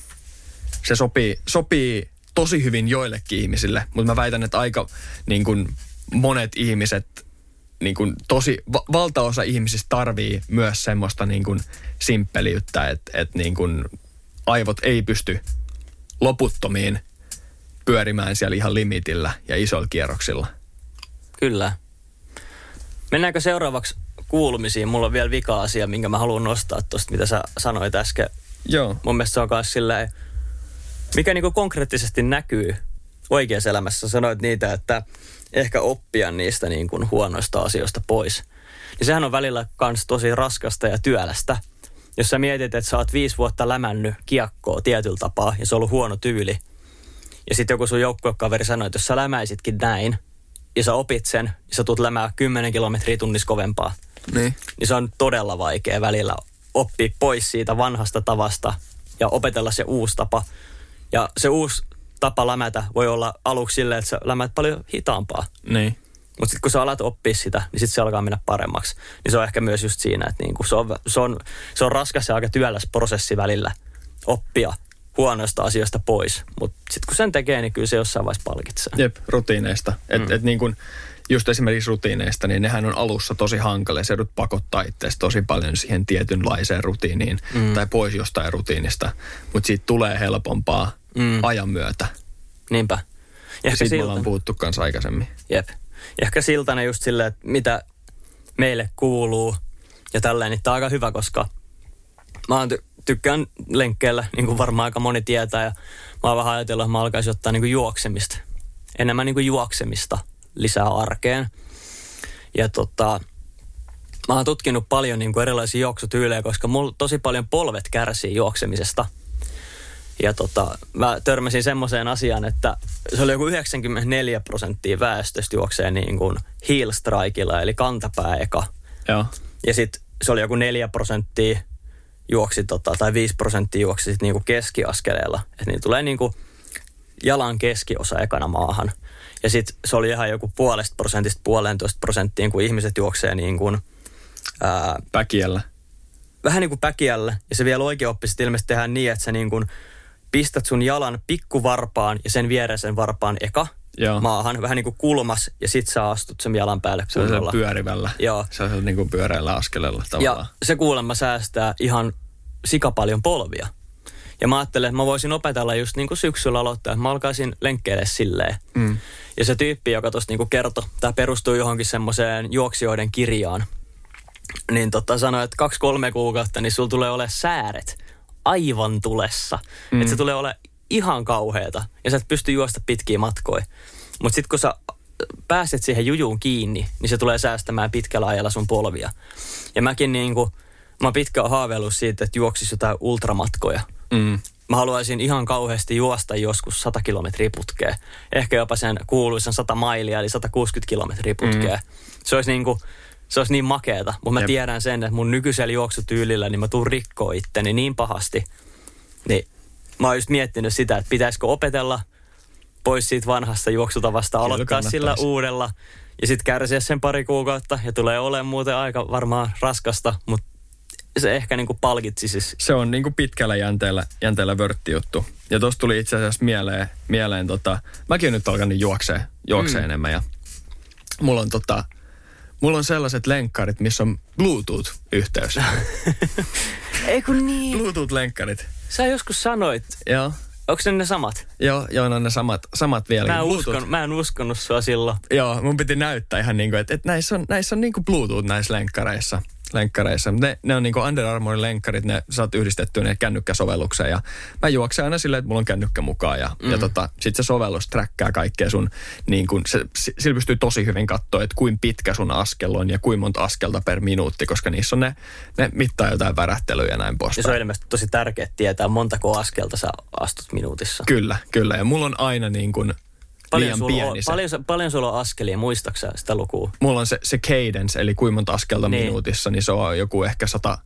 se sopii tosi hyvin joillekin ihmisille, mutta mä väitän, että aika niin kun monet ihmiset, niin kun valtaosa ihmisistä tarvii myös semmoista niin kun simppeliyttä, että niin kun aivot ei pysty loputtomiin pyörimään siellä ihan limitillä ja isoilla kierroksilla. Kyllä. Mennäänkö seuraavaksi kuulumisiin? Mulla on vielä vika-asia, minkä mä haluan nostaa tuosta, mitä sä sanoit äsken. Joo. Mun mielestä se on myös silleen, mikä niinku konkreettisesti näkyy oikeassa elämässä. Sanoit niitä, että ehkä oppia niistä niinku huonoista asioista pois. Niin sehän on välillä kans tosi raskasta ja työlästä. Jos sä mietit, että sä oot 5 vuotta lämännyt kiekkoa tietyllä tapaa ja se on ollut huono tyyli. Ja sitten joku sun joukkuekaveri sanoi, että jos sä lämäisitkin näin ja sä opit sen, niin sä tulet lämää 10 kilometriä tunnissa kovempaa. Niin se on todella vaikea välillä oppia pois siitä vanhasta tavasta ja opetella se uusi tapa. Ja se uusi tapa lämätä voi olla aluksi silleen, että sä lämät paljon hitaampaa. Niin. Mutta sitten kun sä alat oppia sitä, niin sitten se alkaa mennä paremmaksi. Niin se on ehkä myös just siinä, että niinku se on raskas ja aika työläs prosessi välillä oppia huonoista asioista pois. Mutta sitten kun sen tekee, niin kyllä se jossain vaiheessa palkitsee. Jep, rutiineista. Et niin kun just esimerkiksi rutiineista, niin nehän on alussa tosi hankalia. Se joudut pakottaa itseäsi tosi paljon siihen tietynlaiseen rutiiniin tai pois jostain rutiinista. Mutta siitä tulee helpompaa ajan myötä. Niinpä. Ja siitä me ollaan puhuttu kanssa aikaisemmin. Jep. Ja ehkä siltana just silleen, että mitä meille kuuluu ja tälleen, niin tämä on aika hyvä, koska mä tykkään lenkkeillä, niin kuin varmaan aika moni tietää, ja mä oon vähän ajatellut, että mä alkaisin ottaa niin kuin juoksemista, enemmän niin kuin juoksemista lisää arkeen. Ja mä oon tutkinut paljon niin kuin erilaisia juoksutyylejä, koska mulla tosi paljon polvet kärsii juoksemisesta. Ja mä törmäsin semmoiseen asiaan, että se oli joku 94% väestöstä juoksee niin kuin heel strikeilla, eli kantapää eka. Joo. Ja sitten se oli joku 4% juoksi tai 5% juoksi sit niin kuin keskiaskeleella. Että niin tulee niin kuin jalan keskiosa ekana maahan. Ja sitten se oli ihan joku 0,5%, kun ihmiset juoksee niin kuin päkiällä. Vähän niin kuin päkiällä. Ja se vielä oikeaoppisesti ilmeisesti tehdään niin, että sä niin kuin pistät sun jalan pikkuvarpaan ja sen viereen varpaan eka maahan. Vähän niin kuin kulmas ja sit sä astut sen jalan päälle kunnolla. Se on pyörivällä. Joo. Se on niin kuin pyöreällä askeleella tavallaan. Ja se kuulemma säästää ihan sikapaljon polvia. Ja mä ajattelin, että mä voisin opetella just niin kuin syksyllä aloittaa, että mä alkaisin lenkkeelle silleen. Ja se tyyppi, joka tuossa niin kuin kertoi, tämä perustuu johonkin semmoiseen juoksijoiden kirjaan, niin sanoi, että 2-3 kuukautta, niin sulla tulee olemaan sääret aivan tulessa. Että se tulee olemaan ihan kauheata. Ja sä et pysty juosta pitkiä matkoja. Mutta sitten kun sä pääset siihen jujuun kiinni, niin se tulee säästämään pitkällä ajalla sun polvia. Ja mäkin mä oon pitkään haaveillut siitä, että juoksisi jotain ultramatkoja. Mä haluaisin ihan kauheasti juosta joskus 100 kilometriä putkeen. Ehkä jopa sen kuuluisan 100 mailia, eli 160 kilometriä putkeen. Se olisi niin makeeta, mutta mä tiedän sen, että mun nykyisellä juoksutyylillä niin mä tuun rikkoa itteni niin pahasti. Niin mä oon just miettinyt sitä, että pitäisikö opetella pois siitä vanhasta juoksutavasta, aloittaa sillä uudella ja sitten kärsiä sen pari kuukautta ja tulee olemaan muuten aika varmaan raskasta, mutta se ehkä niinku palkitsisi. Se on niinku pitkällä jänteellä vörttijuttu. Ja tossa tuli itse asiassa mieleen mäkin nyt alkanut juoksee enemmän ja mulla on sellaiset lenkkarit, missä on Bluetooth-yhteys. Ei kun niin. Bluetooth-lenkkarit. Sä joskus sanoit. Joo. Onko ne samat? Joo, ne samat vielä. Mä en uskonut sua silloin. Joo, mun piti näyttää ihan niin kuin, että näissä on niin kuin Bluetooth näissä lenkkareissa. Ne on niin kuin Under Armourin lenkkarit, ne saat yhdistettyä ne kännykkäsovellukseen. Ja mä juoksen aina silleen, että mulla on kännykkä mukaan. Ja sit se sovellus träkkää kaikkea sun, niin kuin, sillä pystyy tosi hyvin katsoa, että kuinka pitkä sun askel on ja kuinka monta askelta per minuutti, koska niissä on ne mittaa jotain värähtelyjä ja näin poispäin. Ja se on ilmeisesti tosi tärkeää tietää, montako askelta sä astut minuutissa. Kyllä. Ja mulla on aina niin kuin liian pieni se. Paljon sulla on askelia, muistaaksä sitä lukua? Mulla on se cadence, eli kuinka monta askelta minuutissa, niin se on joku ehkä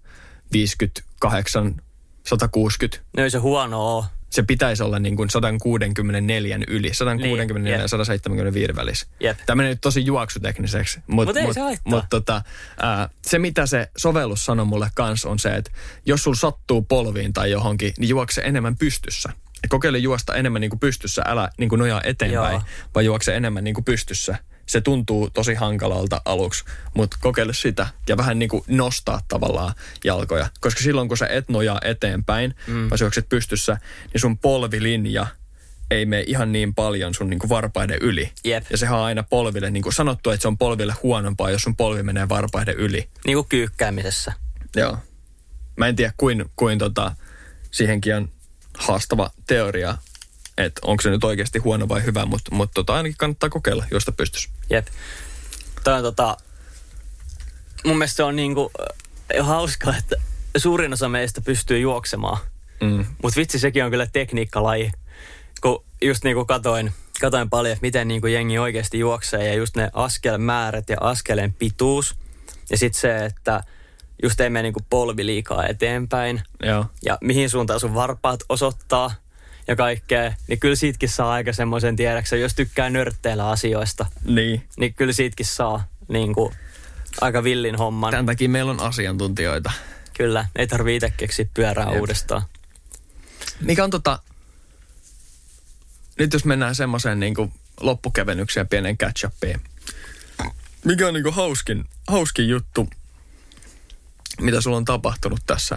158, 160. No ei se huono ole. Se pitäisi olla niin kuin 164 yli, 164 ja 175 välissä. Tämä menee nyt tosi juoksutekniseksi. Mutta ei se haittaa. Se, mitä se sovellus sanoi mulle kanssa, on se, että jos sulla sattuu polviin tai johonkin, niin juokse enemmän pystyssä. Kokeile juosta enemmän niin kuin pystyssä, älä niin kuin nojaa eteenpäin, vaan juokse enemmän niin kuin pystyssä. Se tuntuu tosi hankalalta aluksi, mutta kokeile sitä ja vähän niin kuin nostaa tavallaan jalkoja. Koska silloin, kun sä et nojaa eteenpäin, vaan sä juokset pystyssä, niin sun polvilinja ei mene ihan niin paljon sun niin kuin varpaiden yli. Jep. Ja sehän on aina polville, niin kuin sanottu, että se on polville huonompaa, jos sun polvi menee varpaiden yli. Niin kuin kyykkäämisessä. Joo. Mä en tiedä, kuin siihenkin on haastava teoria, että onko se nyt oikeasti huono vai hyvä, mutta ainakin kannattaa kokeilla, josta pystyisi. Jep. Tämä on mun mielestä se on niinku hauskaa, että suurin osa meistä pystyy juoksemaan. Mutta vitsi, sekin on kyllä tekniikkalaji. Kun just niinku katoin paljon, että miten niinku jengi oikeasti juoksee ja just ne askelmäärät ja askeleen pituus. Ja sitten se, että just ei mene niinku polvi liikaa eteenpäin. Joo. Ja mihin suuntaan sun varpaat osoittaa ja kaikkea. Niin kyllä siitäkin saa aika semmoisen tiedäksä, jos tykkää nörtteillä asioista. Niin kyllä siitäkin saa niinku aika villin homman. Tämän takia meillä on asiantuntijoita. Kyllä, ei tarvitse itse keksiä pyörää uudestaan. Mikä on nyt jos mennään semmoiseen niinku loppukevennykseen ja pienen catch-upiin. Mikä on niinku hauskin juttu, mitä sulla on tapahtunut tässä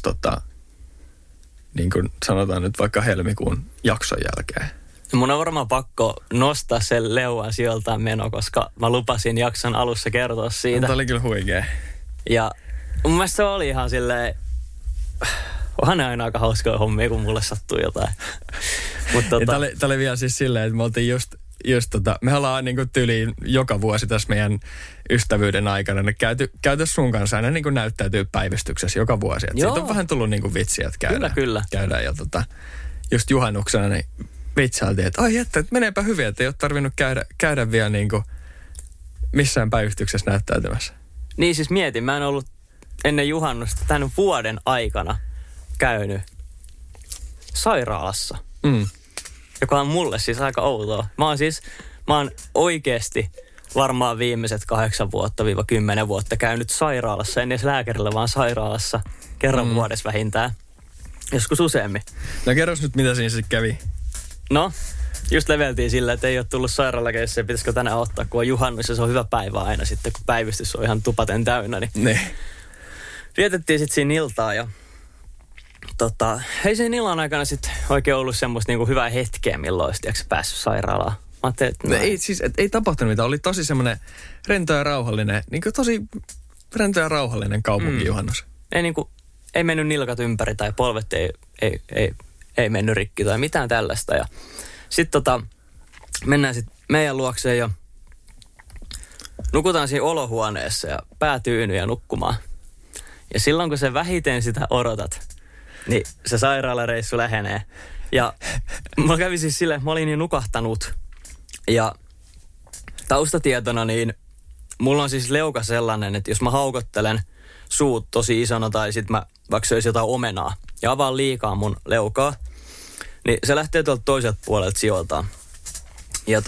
niin kuin sanotaan nyt vaikka helmikuun jakson jälkeen? Mun on varmaan pakko nostaa sen leuan sijoiltaan meno, koska mä lupasin jakson alussa kertoa siitä. Tämä oli kyllä huikea. Ja mun mielestä se oli ihan silleen, onhan ne aina aika hauskoja hommia, kun mulle sattuu jotain. Tämä oli vielä siis silleen, että me oltiin just me ollaan niin kuin tyyliin joka vuosi tässä meidän ystävyyden aikana ne käyty sun kanssa aina niin kuin näyttäytyy päivystyksessä joka vuosi. Siitä on vähän tullut niin kuin vitsiä, että käydään. Ja just juhannuksena niin vitsailtiin, että ai että meneepä hyvin, että ei ole tarvinnut käydä vielä niin kuin missään päivystyksessä näyttäytymässä. Niin siis mietin, mä en ollut ennen juhannusta tämän vuoden aikana käynyt sairaalassa. Joka on mulle siis aika outoa. Mä oon oikeasti varmaan viimeiset 8 vuotta 10 vuotta käynyt sairaalassa. En edes lääkärillä, vaan sairaalassa kerran vuodessa vähintään. Joskus useammin. No kerros nyt, mitä siinä sitten kävi. No, just leveltiin sillä, että ei ole tullut sairaalakäyssä ja pitäisikö tänään ottaa, kun on juhannus ja se on hyvä päivä aina sitten, kun päivystys on ihan tupaten täynnä. Niin. Vietettiin sitten siinä iltaa ja ei sen illan aikana sitten oikein ollut semmoista niinku hyvää hetkeä, milloin olisi päässyt sairaalaan. Ei tapahtunut mitään. Oli tosi semmoinen rento ja rauhallinen, niinku tosi rento ja rauhallinen kaupunkijuhannus. Ei mennyt nilkat ympäri tai polvet ei mennyt rikki tai mitään tällaista. Ja sitten mennään sitten meidän luokseen ja nukutaan siinä olohuoneessa ja päätyyny ja nukkumaan. Ja silloin kun sä vähiten sitä odotat, Niin se sairaalareissu lähenee. Ja mä kävin siis silleen, mä olin jo nukahtanut. Ja taustatietona niin mulla on siis leuka sellainen, että jos mä haukottelen suut tosi isona tai sit mä vaikka söisin jotain omenaa ja avaan liikaa mun leukaa, niin se lähtee tuolta toiselta puolelta sijoiltaan. Ja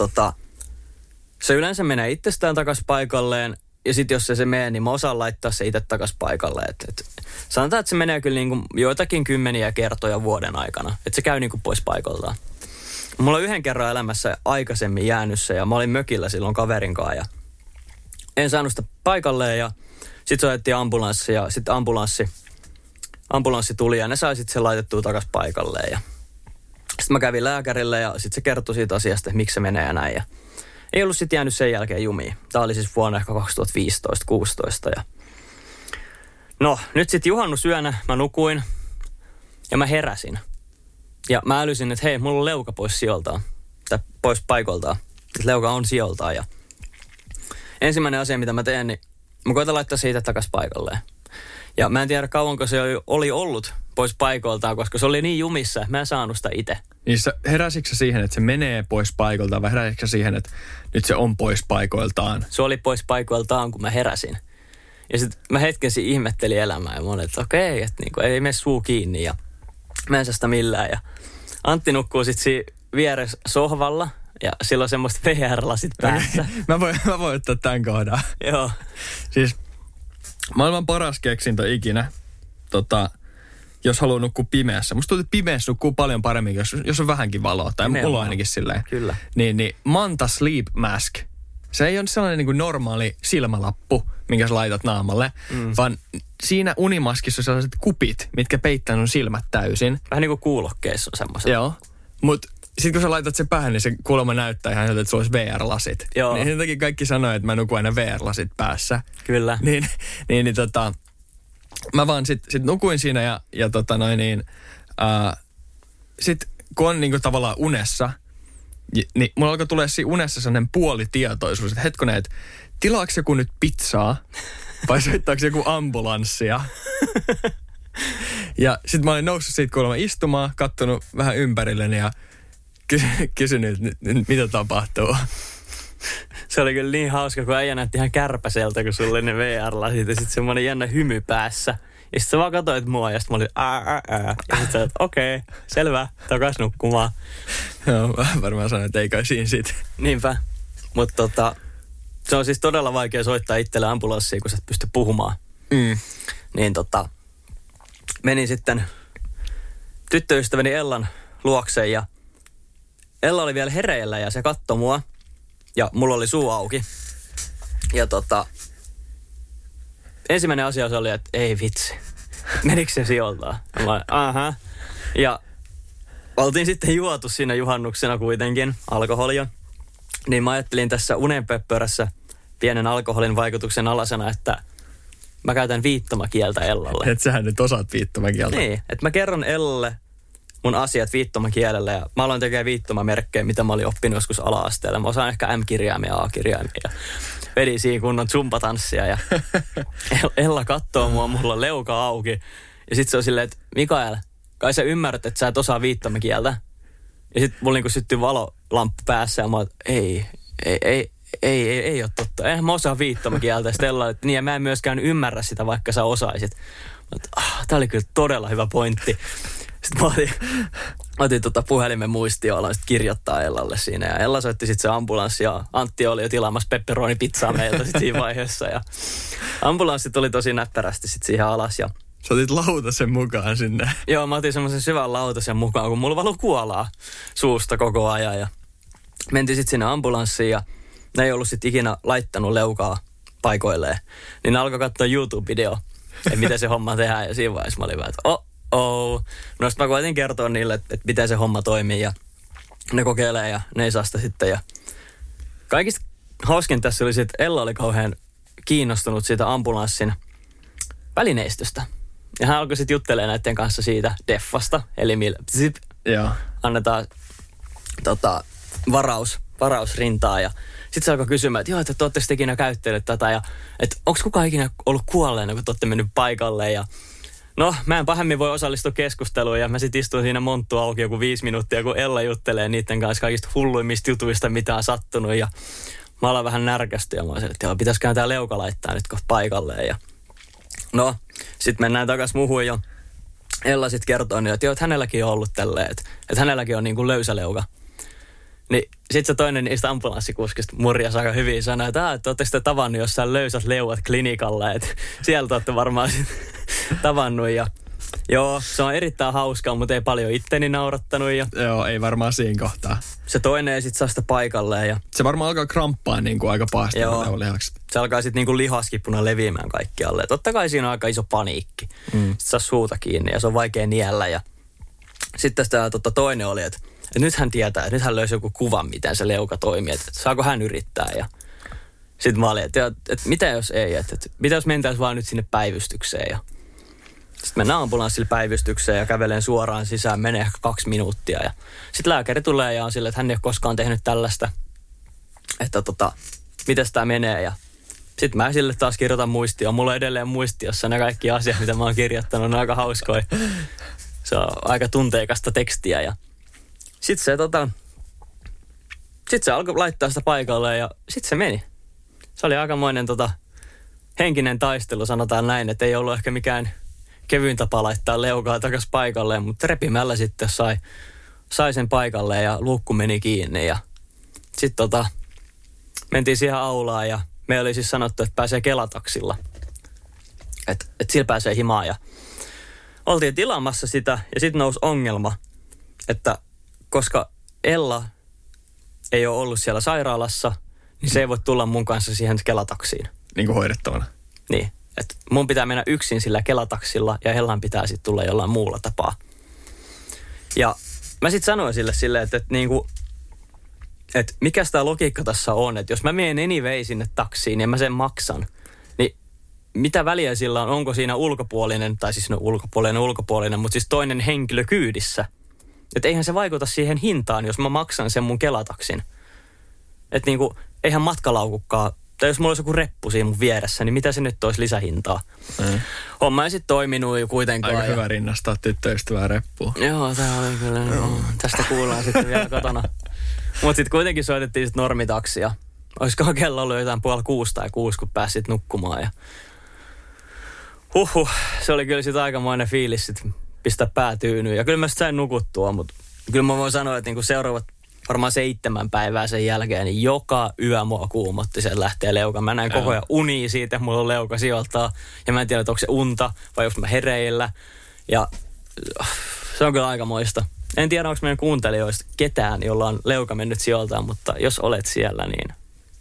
se yleensä menee itsestään takas paikalleen ja sit jos se menee, niin mä osaan laittaa se itse takas paikalleen. Sanotaan, että se menee kyllä niinku joitakin kymmeniä kertoja vuoden aikana, että se käy niinku pois paikaltaan. Mulla on yhden kerran elämässä aikaisemmin jäänyt se ja mä olin mökillä silloin kaverin kanssa ja en saanut sitä paikalleen ja sit soitettiin ambulanssi ja sit ambulanssi tuli ja ne sai sit sen laitettua takas paikalleen ja sit mä kävin lääkärille ja sit se kertoi siitä asiasta, että miksi se menee ja näin ja ei ollut sit jäänyt sen jälkeen jumiin. Tää oli siis vuonna ehkä 2015-16 ja no nyt sit juhannusyönä mä nukuin ja mä heräsin. Ja mä älysin, että hei, mulla on leuka pois sijoiltaan. Tai pois paikoltaan. Että leuka on sijoiltaan. Ja ensimmäinen asia, mitä mä teen, niin mä koitan laittaa siitä takas paikalleen. Ja mä en tiedä kauanko se oli ollut pois paikoltaan, koska se oli niin jumissa, että mä en saanut sitä itse. Niin heräsitkö sä siihen, että se menee pois paikoltaan vai heräsitkö sä siihen, että nyt se on pois paikoiltaan? Se oli pois paikoiltaan, kun mä heräsin. Ja sit mä hetkensin ihmettelin elämää ja mä olin, että okei, että niinku, ei mene suu kiinni ja mä en saa sitä millään. Ja Antti nukkuu sit siinä vieressä sohvalla ja sillä on semmoista VR-lasit päässä. Mä voin ottaa tämän kohdan. Joo. Siis maailman paras keksintö ikinä, jos haluaa nukkua pimeässä. Musta tuntuu, että pimeässä nukkuu paljon paremmin, jos on vähänkin valoa. Tai mulla on ainakin silleen. Kyllä. Niin Manta Sleep Mask. Se ei ole sellainen niin kuin normaali silmälappu, minkä sä laitat naamalle, vaan siinä unimaskissa on sellaiset kupit, mitkä peittää sun silmät täysin. Vähän niin kuin kuulokkeissa on semmoiset. Joo, mutta sitten kun sä laitat sen päähän, niin se kuulemma näyttää ihan siltä, että sulla olisi VR-lasit. Joo. Niin sen takia kaikki sanoo, että mä nukun aina VR-lasit päässä. Kyllä. Mä vaan sit nukuin siinä ja sit kun on niinku tavallaan unessa, niin mulla alkoi tulee siinä unessa sellainen puolitietoisuus, että hetkonen, että tilaako joku nyt pizzaa vai soittaako joku ambulanssia? Ja sit mä olin noussut siitä kuulemma istumaan, kattonut vähän ympärilleni ja kysynyt, mitä tapahtuu. Se oli kyllä niin hauska, kun äijä näytti ihan kärpäseltä, kun sulla oli ne VR-lasit ja sit semmoinen jännä hymy päässä. Ja sit sä vaan katsoit mua ja sit mä olin Ja sit sä olet, okei, selvä, takas nukkumaan. Joo, varmaan sanoin, että ei kai siinä sit. Niinpä. Mutta se on siis todella vaikea soittaa itselle ambulanssia, kun sä et pysty puhumaan. Niin menin sitten tyttöystäväni Ellan luokse ja Ella oli vielä hereillä ja se katsoi mua ja mulla oli suu auki. Ja ensimmäinen asia se oli, että ei vitsi, menikö se sijoiltaan? Aha. Ja oltiin sitten juotu siinä juhannuksena kuitenkin alkoholia. Niin mä ajattelin tässä unenpöppörässä pienen alkoholin vaikutuksen alasena, että mä käytän viittomakieltä Ellalle. Et sähän nyt osaat viittomakieltä. Niin, että mä kerron Ellalle mun asiat viittomakielellä ja mä aloin tekemään viittomamerkkejä, mitä mä olin oppinut joskus ala-asteella. Mä osaan ehkä M-kirjaimia ja A-kirjaimia ja vedin siinä kunnon zumpatanssia ja Ella kattoo mua, mulla on leuka auki. Ja sit se on silleen, että Mikael, kai sä ymmärrät, että sä et osaa viittomakieltä. Ja sit mulla niinku syttyi valolamppu päässä ja mä oon, ei ole totta. Eihän mä osaa viittomakieltä. Ja Stella, että niin ja mä en myöskään ymmärrä sitä, vaikka sä osaisit. Tää oli kyllä todella hyvä pointti. Sitten mä otin puhelimen muistioon, aloin sitten kirjoittaa Ellalle siinä. Ja Ella soitti sitten se ambulanssi ja Antti oli jo tilaamassa pepperoni-pizzaa meiltä sitten siinä vaiheessa. Ja ambulanssi tuli tosi näppärästi sitten siihen alas. Ja sä otit lautasen mukaan sinne. Joo, mä otin semmoisen syvän lautasen mukaan, kun mulla valuu kuolaa suusta koko ajan. Ja mentiin sitten sinne ambulanssiin ja ne ei ollut sitten ikinä laittanut leukaa paikoilleen. Niin ne alkoi katsoa YouTube-video, että miten se homma tehdään. Ja siinä vaiheessa mä olin vähän, että no sitten mä koitin kertoa niille, että miten se homma toimii. Ja ne kokeilee ja ne ei saa sitä sitten. Ja kaikista hauskin tässä oli se, että Ella oli kauhean kiinnostunut siitä ambulanssin välineistöstä. Ja hän alkoi sitten juttelemaan näiden kanssa siitä deffasta, eli millä annetaan varausrintaa. Ja sitten se alkoi kysymään, että joo, että te olette ikinä käyttäneet tätä. Ja että onko kukaan ikinä ollut kuolleena, kun te olette mennyt paikalle. Ja No, mä en pahemmin voi osallistua keskusteluun ja mä sit istuin siinä monttu auki joku 5 minuuttia, kun Ella juttelee niiden kanssa kaikista hulluimmista jutuista, mitä on sattunut. Ja mä olen vähän närkästy ja mä olisin, että pitäisiköhän tää leuka laittaa nyt paikalleen. Ja no, sit mennään takas muuhun ja Ella sit kertoo, että hänelläkin on ollut tälleen, että hänelläkin on niin kuin löysä leuka. Niin sit se toinen niistä ambulanssikuskista murjas aika hyvin sanoi, että ootteko te tavannut jossain löysät leuat klinikalla, että sieltä ootte varmaan tavannut ja joo, se on erittäin hauskaa, mutta ei paljon itteni naurattanut ja joo, ei varmaan siinä kohtaa. Se toinen ei sit saa sitä paikalleen ja se varmaan alkaa kramppaa niin kuin aika pahasti. Joo, se alkaa sit niin kuin lihaskipuna leviämään kaikkialle. Totta kai siinä on aika iso paniikki. Sitten saa suuta kiinni ja se on vaikea niellä ja sitten tämä toinen oli, että nyt hän tietää, että nyt hän löysi joku kuvan, miten se leuka toimii, että saako hän yrittää. Ja sitten mä olin, että mitä jos ei, että mitä jos mentäisiin vaan nyt sinne päivystykseen. Ja sitten mennään ambulanssille päivystykseen ja kävelen suoraan sisään, menee ehkä 2 minuuttia. Ja sitten lääkäri tulee ja on silleen, että hän ei ole koskaan tehnyt tällaista, että miten tämä menee. Ja sitten mä sille taas kirjoitan muistioon. Mulla on edelleen muistiossa ne kaikki asiat, mitä mä oon kirjoittanut, ne on aika hauskoja. Se on aika tunteikasta tekstiä ja sitten se alkoi laittaa sitä paikalle ja sitten se meni. Se oli aikamoinen henkinen taistelu, sanotaan näin, että ei ollut ehkä mikään kevyin tapa laittaa leukaa takaisin paikalleen, mutta repimällä sitten sai sen paikalle ja luukku meni kiinni ja sitten mentiin siihen aulaan ja me oli siis sanottu, että pääsee Kelataksilla, että sillä pääsee himaan ja oltiin tilaamassa sitä ja sitten nousi ongelma, että koska Ella ei ole ollut siellä sairaalassa, niin se ei voi tulla mun kanssa siihen Kelataksiin. Niin kuin hoidettavana. Niin, että mun pitää mennä yksin sillä Kelataksilla ja Ellan pitää sitten tulla jollain muulla tapaa. Ja mä sitten sanoin sille silleen, että mikä sitä logiikka tässä on, että jos mä menen anyway sinne taksiin ja mä sen maksan, niin mitä väliä sillä on, onko siinä ulkopuolinen, tai siis ulkopuolinen, mutta siis toinen henkilö kyydissä. Että eihän se vaikuta siihen hintaan, jos mä maksan sen mun Kelataksin. Että eihän matkalaukukkaan, tai jos mulla olisi joku reppu siinä mun vieressä, niin mitä se nyt olisi lisähintaa? Homma ei sitten toiminut jo kuitenkaan. Aika hyvä rinnastaa tyttöystävää reppuun. Joo, tää oli kyllä. Tästä kuullaan sitten vielä kotona. Mutta sitten kuitenkin soitettiin sitten normitaksia. Olisikohan kello ollut jotain 5:30 tai 6, kun pääsit nukkumaan. Ja se oli kyllä sitten aikamoinen fiilis sitten pistää pää tyynyyn. Ja kyllä mä sain nukuttua, mutta kyllä mä voin sanoa, että seuraavat varmaan 7 päivää sen jälkeen, niin joka yö mua kuumotti, sen lähtee leuka. Mä näin koko ajan unia siitä, mulla on leuka sijoiltaa. Ja mä en tiedä, että onko se unta vai onko mä hereillä. Ja se on kyllä aikamoista. En tiedä, onko meidän kuuntelijoista ketään, jolla on leuka mennyt sijoiltaan, mutta jos olet siellä, niin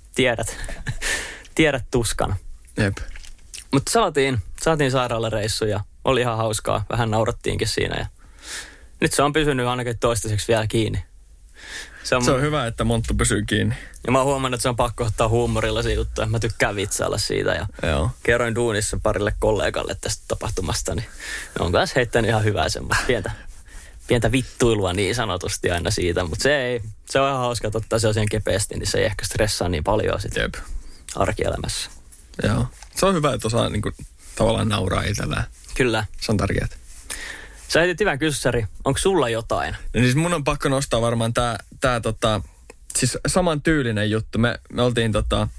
tiedät tuskan. Jep. Mutta saatiin sairaalareissu ja oli ihan hauskaa. Vähän naurattiinkin siinä ja nyt se on pysynyt ainakin toistaiseksi vielä kiinni. Se on hyvä, että monttu pysyy kiinni. Ja mä oon huomannut, että se on pakko ottaa huumorilla se juttu. Mä tykkään vitsailla siitä ja kerroin duunissa parille kollegalle tästä tapahtumasta. Niin ne on kanssa heittänyt ihan hyvää semmoista pientä vittuilua niin sanotusti aina siitä. Mutta se on ihan hauska, että ottaa se asian kepeästi, niin se ei ehkä stressaa niin paljon sitten arkielämässä. Joo. Se on hyvä, että osaa tavallaan nauraa itsellään. Kyllä. Se on tärkeää. Sä heitit hyvän kyssäri. Onko sulla jotain? No siis mun on pakko nostaa varmaan tää siis saman tyylinen juttu. Me oltiin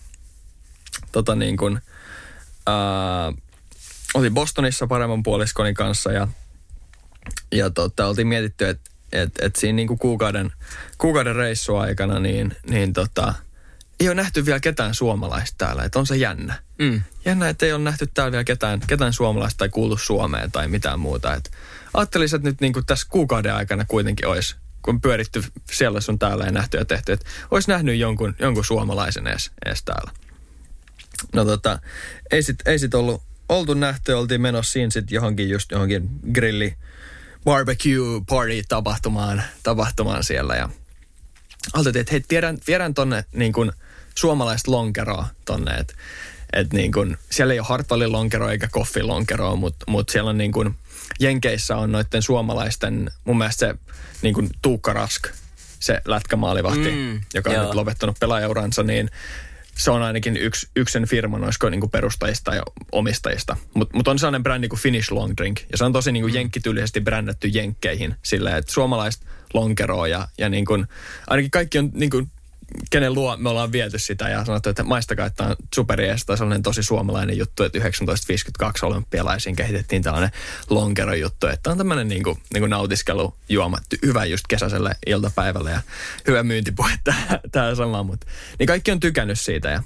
oltiin Bostonissa paremman puoliskoni kanssa ja oltiin mietitty, että siinä kuukauden reissuaikana niin ei ole nähty vielä ketään suomalaista täällä, että on se jännä. Jännä, että ei ole nähty täällä vielä ketään suomalaista tai kuullut suomea tai mitään muuta. Et ajattelisin, että nyt tässä kuukauden aikana kuitenkin olisi, kun pyöritty siellä sun täällä ja nähty ja tehty, että olisi nähnyt jonkun suomalaisen edes täällä. No ei sit oltu nähty, oltiin menossa siinä sitten johonkin grilli barbecue party tapahtumaan siellä ja ajattelin, että hei, viedään tonne suomalaista lonkeroa tonne, että siellä ei ole Hartwallin lonkeroa eikä Koffin lonkeroa, mutta siellä on Jenkeissä on noiden suomalaisten, mun mielestä se Tuukka Rask, se lätkämaalivahti, joka on nyt lopettanut pelaajauransa, niin se on ainakin yksi sen firman, olisiko niin kuin perustajista ja omistajista. Mutta on sellainen brändi kuin Finnish Long Drink. Ja se on tosi niin kuin jenkkityylisesti brändätty jenkkeihin. Silleen, että suomalaista lonkeroa ja niin kuin, ainakin kaikki on niin kuin, kenen luo me ollaan viety sitä ja sanottu, että maistakaa, että on superjees. Tai sellainen tosi suomalainen juttu, että 1952 olympialaisiin kehitettiin tällainen lonkerojuttu. Että on tämmöinen niin kuin nautiskelujuoma, hyvä just kesäiselle iltapäivälle ja hyvä myyntipuhe tää sama. Niin kaikki on tykännyt siitä ja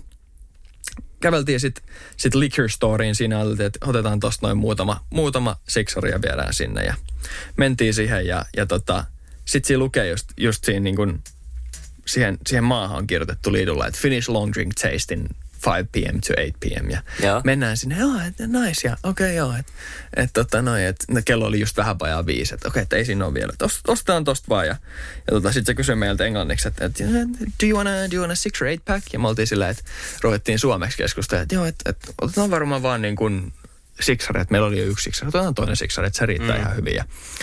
käveltiin sit liquor storeen. Siinä ajateltiin, että otetaan tosta noin muutama siksari ja viedään sinne ja mentiin siihen ja sit siinä lukee just siinä niin kuin siihen maahan on kirjoitettu liidulla, että Finnish Long Drink Tasting 5 p.m. to 8 p.m. Ja mennään sinne, nice, ja okei, että kello oli just vähän vajaa 5, että okei, että ei siinä ole vielä, että ostetaan tosta vaan. Ja sitten se kysyi meiltä englanniksi, että do you wanna 6 or 8 pack? Ja me oltiin sillä, että ruvettiin suomeksi keskustella, että joo, että otetaan varmaan vaan niin kuin siksari, että meillä oli jo 1 siksari, otetaan toinen siksari, että se riittää ihan hyvin. Ja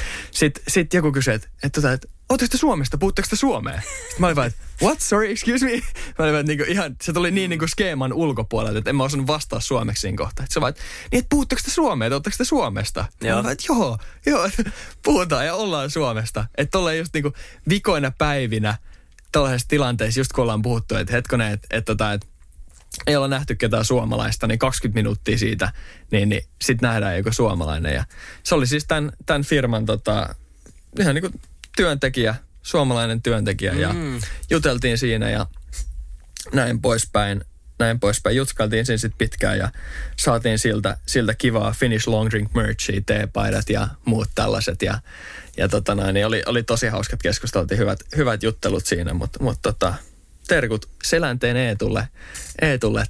sitten joku kysyi, että ootteko te Suomesta? Puhutteko te suomea? Sitten mä olin vaan, että what? Sorry, excuse me? Mä olin vaan, että ihan, se tuli niin kuin skeeman ulkopuolelta, että en mä osannut vastaa suomeksi siinä kohtaa. Että se vaan, että puhutteko te suomea? Ootteko te Suomesta? Joo. Mä olin vaan, että joo, puhutaan ja ollaan Suomesta. Että tolleen just niin kuin vikoina päivinä tällaisessa tilanteessa, just kun ollaan puhuttu, että hetkonen, että ei olla nähty ketään suomalaista, niin 20 minuuttia siitä, niin sitten nähdään joku suomalainen. Ja se oli siis tämän firman ihan niin kuin työntekijä, suomalainen työntekijä ja juteltiin siinä ja näin poispäin. Jutskailtiin siinä sitten pitkään ja saatiin siltä kivaa Finnish Long Drink merchia, teepaidat ja muut tällaiset. Ja niin oli tosi hauskat keskusteltiin, hyvät juttelut siinä, mutta terkut Selänteen Eetulle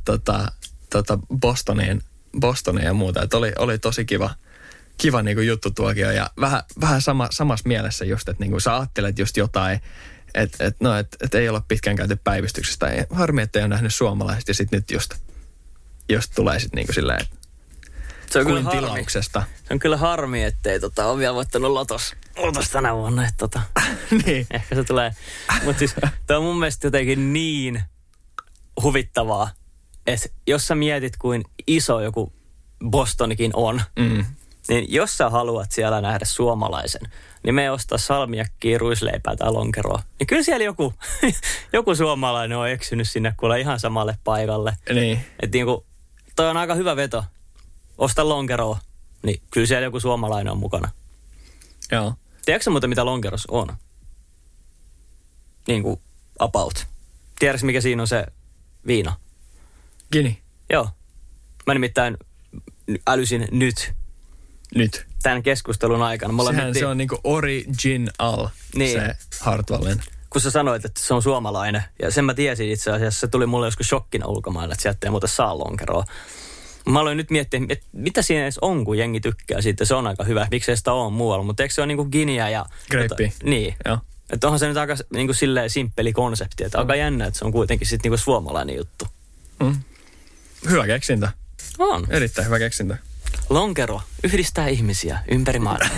Bostoniin ja muuta. Et oli tosi kiva niinku juttutuokio ja vähän samassa mielessä just, että niinku sä ajattelet just jotain, että ei olla pitkään käyty päivystyksestä. Ja harmi, että ei ole nähnyt suomalaiset ja sitten nyt just tulee sitten niinku silleen, että kuin tilauksesta. Se on kyllä harmi, ettei ole vielä voittanut lotos tänä vuonna. Että niin. Ehkä se tulee. Mutta siis tämä on mun mielestä jotenkin niin huvittavaa, että jos sä mietit kuin iso joku Bostonikin on, niin jos sä haluat siellä nähdä suomalaisen, niin me ostaa salmiakkiä, ruisleipää tai lonkeroa. Niin kyllä siellä joku suomalainen on eksynyt sinne kuule ihan samalle paikalle. Niin. Että niinku, toi on aika hyvä veto. Osta lonkeroa, niin kyllä siellä joku suomalainen on mukana. Joo. Tiedätkö muuten, mitä lonkeros on? Niin kuin about. Tiedätkö, mikä siinä on se viina? Gini. Joo. Mä nimittäin älysin nyt. Tämän keskustelun aikana. Sehän se on niinku original, niin. Se Hartwallin. Kun sä sanoit, että se on suomalainen, ja sen mä tiesin itse asiassa, se tuli mulle joskus shokkina ulkomailla, että sieltä ei muuten saa lonkeroa. Mä aloin nyt miettiä, että mitä siinä edes on, kun jengi tykkää siitä. Se on aika hyvä. Miksei sitä ole muualla. Mutta eikö se ole niin kuin giniä ja... Greippi. Niin. Joo. Että onhan se nyt aika niin kuin silleen simppeli konsepti. Että aika jännä, että se on kuitenkin sitten niin kuin suomalainen juttu. Hyvä keksintä. On. Erittäin hyvä keksintä. Lonkero yhdistää ihmisiä ympäri maailmaa.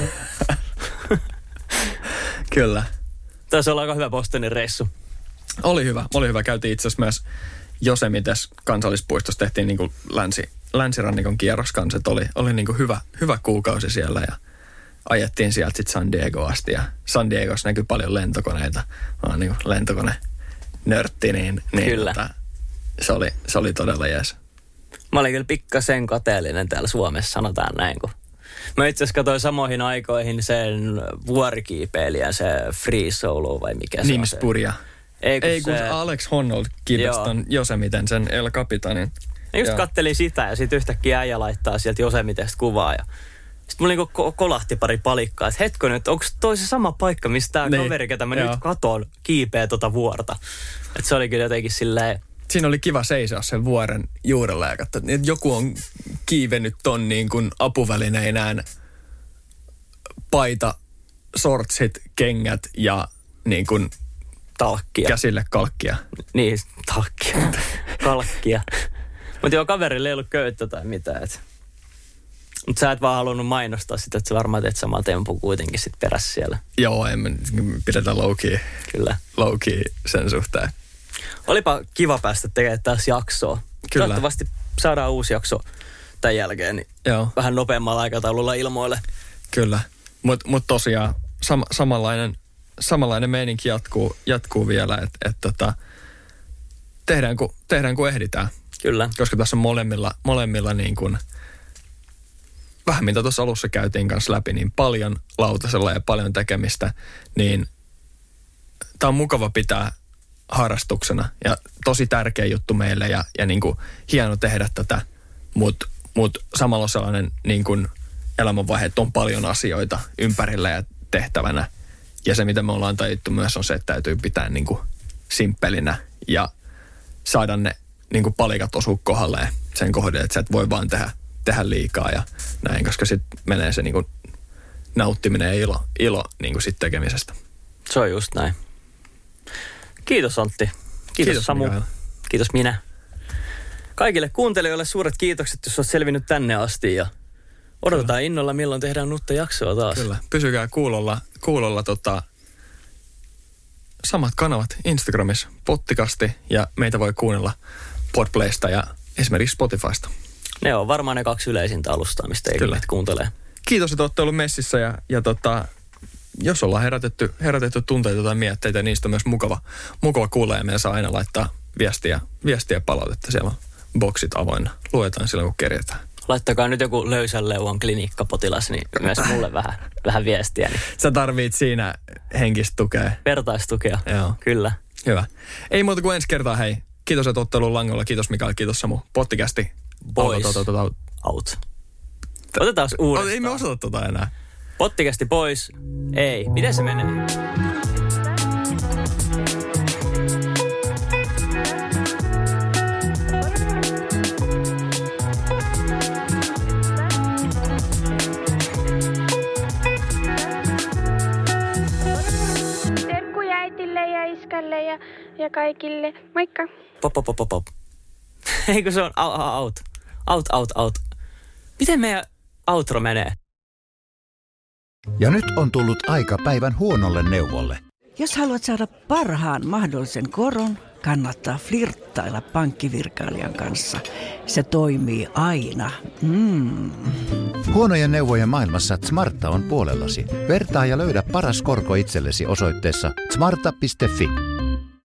Kyllä. Taisi olla aika hyvä Bostonin reissu. Oli hyvä. Käytiin itse asiassa myös Josemites kansallispuistossa, tehtiin niin kuin länsirannikon kierros kanssa. Oli niin kuin hyvä kuukausi siellä ja ajettiin sieltä sitten San Diegoon asti. Ja San Diegossa näkyy paljon lentokoneita. Mä oon niin kuin lentokone-nörtti, niin kyllä. Se oli todella jees. Mä olin kyllä pikkasen kateellinen täällä Suomessa, sanotaan näin. Kun mä itse asiassa katsoin samoihin aikoihin sen vuorikiipeilijän, se Free Solo vai mikä se on se. Nimspuria. Ei kun Alex Honnold kiipesi ton Josemiten, sen El Capitanin. Ja just kattelin sitä ja sitten yhtäkkiä äijä laittaa sieltä Josemitesta kuvaa. Ja sitten mulla niinku kolahti pari palikkaa, että hetkonen, että onko toi se sama paikka, mistä tää kaveri, ketä mä nyt katon, kiipeä vuorta. Että se oli kyllä jotenkin silleen... Siinä oli kiva seisoa sen vuoren juurella ja katsoa, että joku on kiivennyt ton niin kuin apuvälineinään paita, sortsit, kengät ja niin kuin talkkia. Käsille kalkkia. Niin, talkkia. Kalkkia. Mutta joo, kaverille ei ollut köyttä tai mitään. Mutta sä et vaan halunnut mainostaa sitä, että sä varmaan teet samaa tempua kuitenkin sit perässä siellä. Joo, pidetään low-key. Kyllä. Low-key sen suhteen. Olipa kiva päästä tekemään taas jaksoa. Kyllä. Toivottavasti saadaan uusi jakso tämän jälkeen, niin Joo. vähän nopeammalla aikataululla ilmoille. Kyllä, mutta tosiaan samanlainen meininki jatkuu vielä, että tehdään kun ehditään. Kyllä. Koska tässä on molemmilla niin kuin, vähän mitä tuossa alussa käytiin kanssa läpi, niin paljon lautasella ja paljon tekemistä, niin tämä on mukava pitää harrastuksena ja tosi tärkeä juttu meille ja niin kuin hieno tehdä tätä, mutta samalla on sellainen niin kuin elämänvaihe, että on paljon asioita ympärillä ja tehtävänä. Ja se, mitä me ollaan tajuttu myös, on se, että täytyy pitää niin kuin simppelinä ja saada ne niin kuin palikat osua kohdalleen sen kohden, että sä et voi vaan tehdä liikaa ja näin, koska sitten menee se niin kuin nauttiminen ja ilo niin kuin sit tekemisestä. Se on just näin. Kiitos Antti. Kiitos Samu. Mikael. Kiitos minä. Kaikille kuuntelijoille suuret kiitokset, jos olet selvinnyt tänne asti ja odotetaan innolla, milloin tehdään uutta jaksoa taas. Kyllä. Pysykää kuulolla samat kanavat Instagramissa, Pottikasti ja meitä voi kuunnella Podplaysta ja esimerkiksi Spotifysta. Ne on varmaan ne 2 yleisintä alustaa, mistä ihmiset kuuntelee. Kiitos, että olette ollut messissä ja jos ollaan herätetty tunteita tai mietteitä, niistä on myös mukava kuulla ja meidän saa aina laittaa viestiä palautetta. Siellä on boksit avoinna. Luetaan silloin, kun kerjätään. Laittakaa nyt joku löysän leuan klinikkapotilas, niin myös mulle vähän viestiä. Niin. Sä tarvit siinä henkistä tukea. Vertaistukea, Joo. Kyllä. Hyvä. Ei muuta kuin ensi kertaa, hei. Kiitos, että olette ollut langolla. Kiitos Mikael, kiitos Samu. Pottikästi. Boys. Out. Otetaan uudestaan. Ei me osata tota enää. Pottikästi pois. Ei. Miten se menee? Terkkuja äitille ja iskälle ja kaikille. Moikka! Pop. Eikö se on out. Miten meidän outro menee? Ja nyt on tullut aika päivän huonolle neuvolle. Jos haluat saada parhaan mahdollisen koron, kannattaa flirttailla pankkivirkailijan kanssa. Se toimii aina. Huonojen neuvojen maailmassa Smarta on puolellasi. Vertaa ja löydä paras korko itsellesi osoitteessa smarta.fi.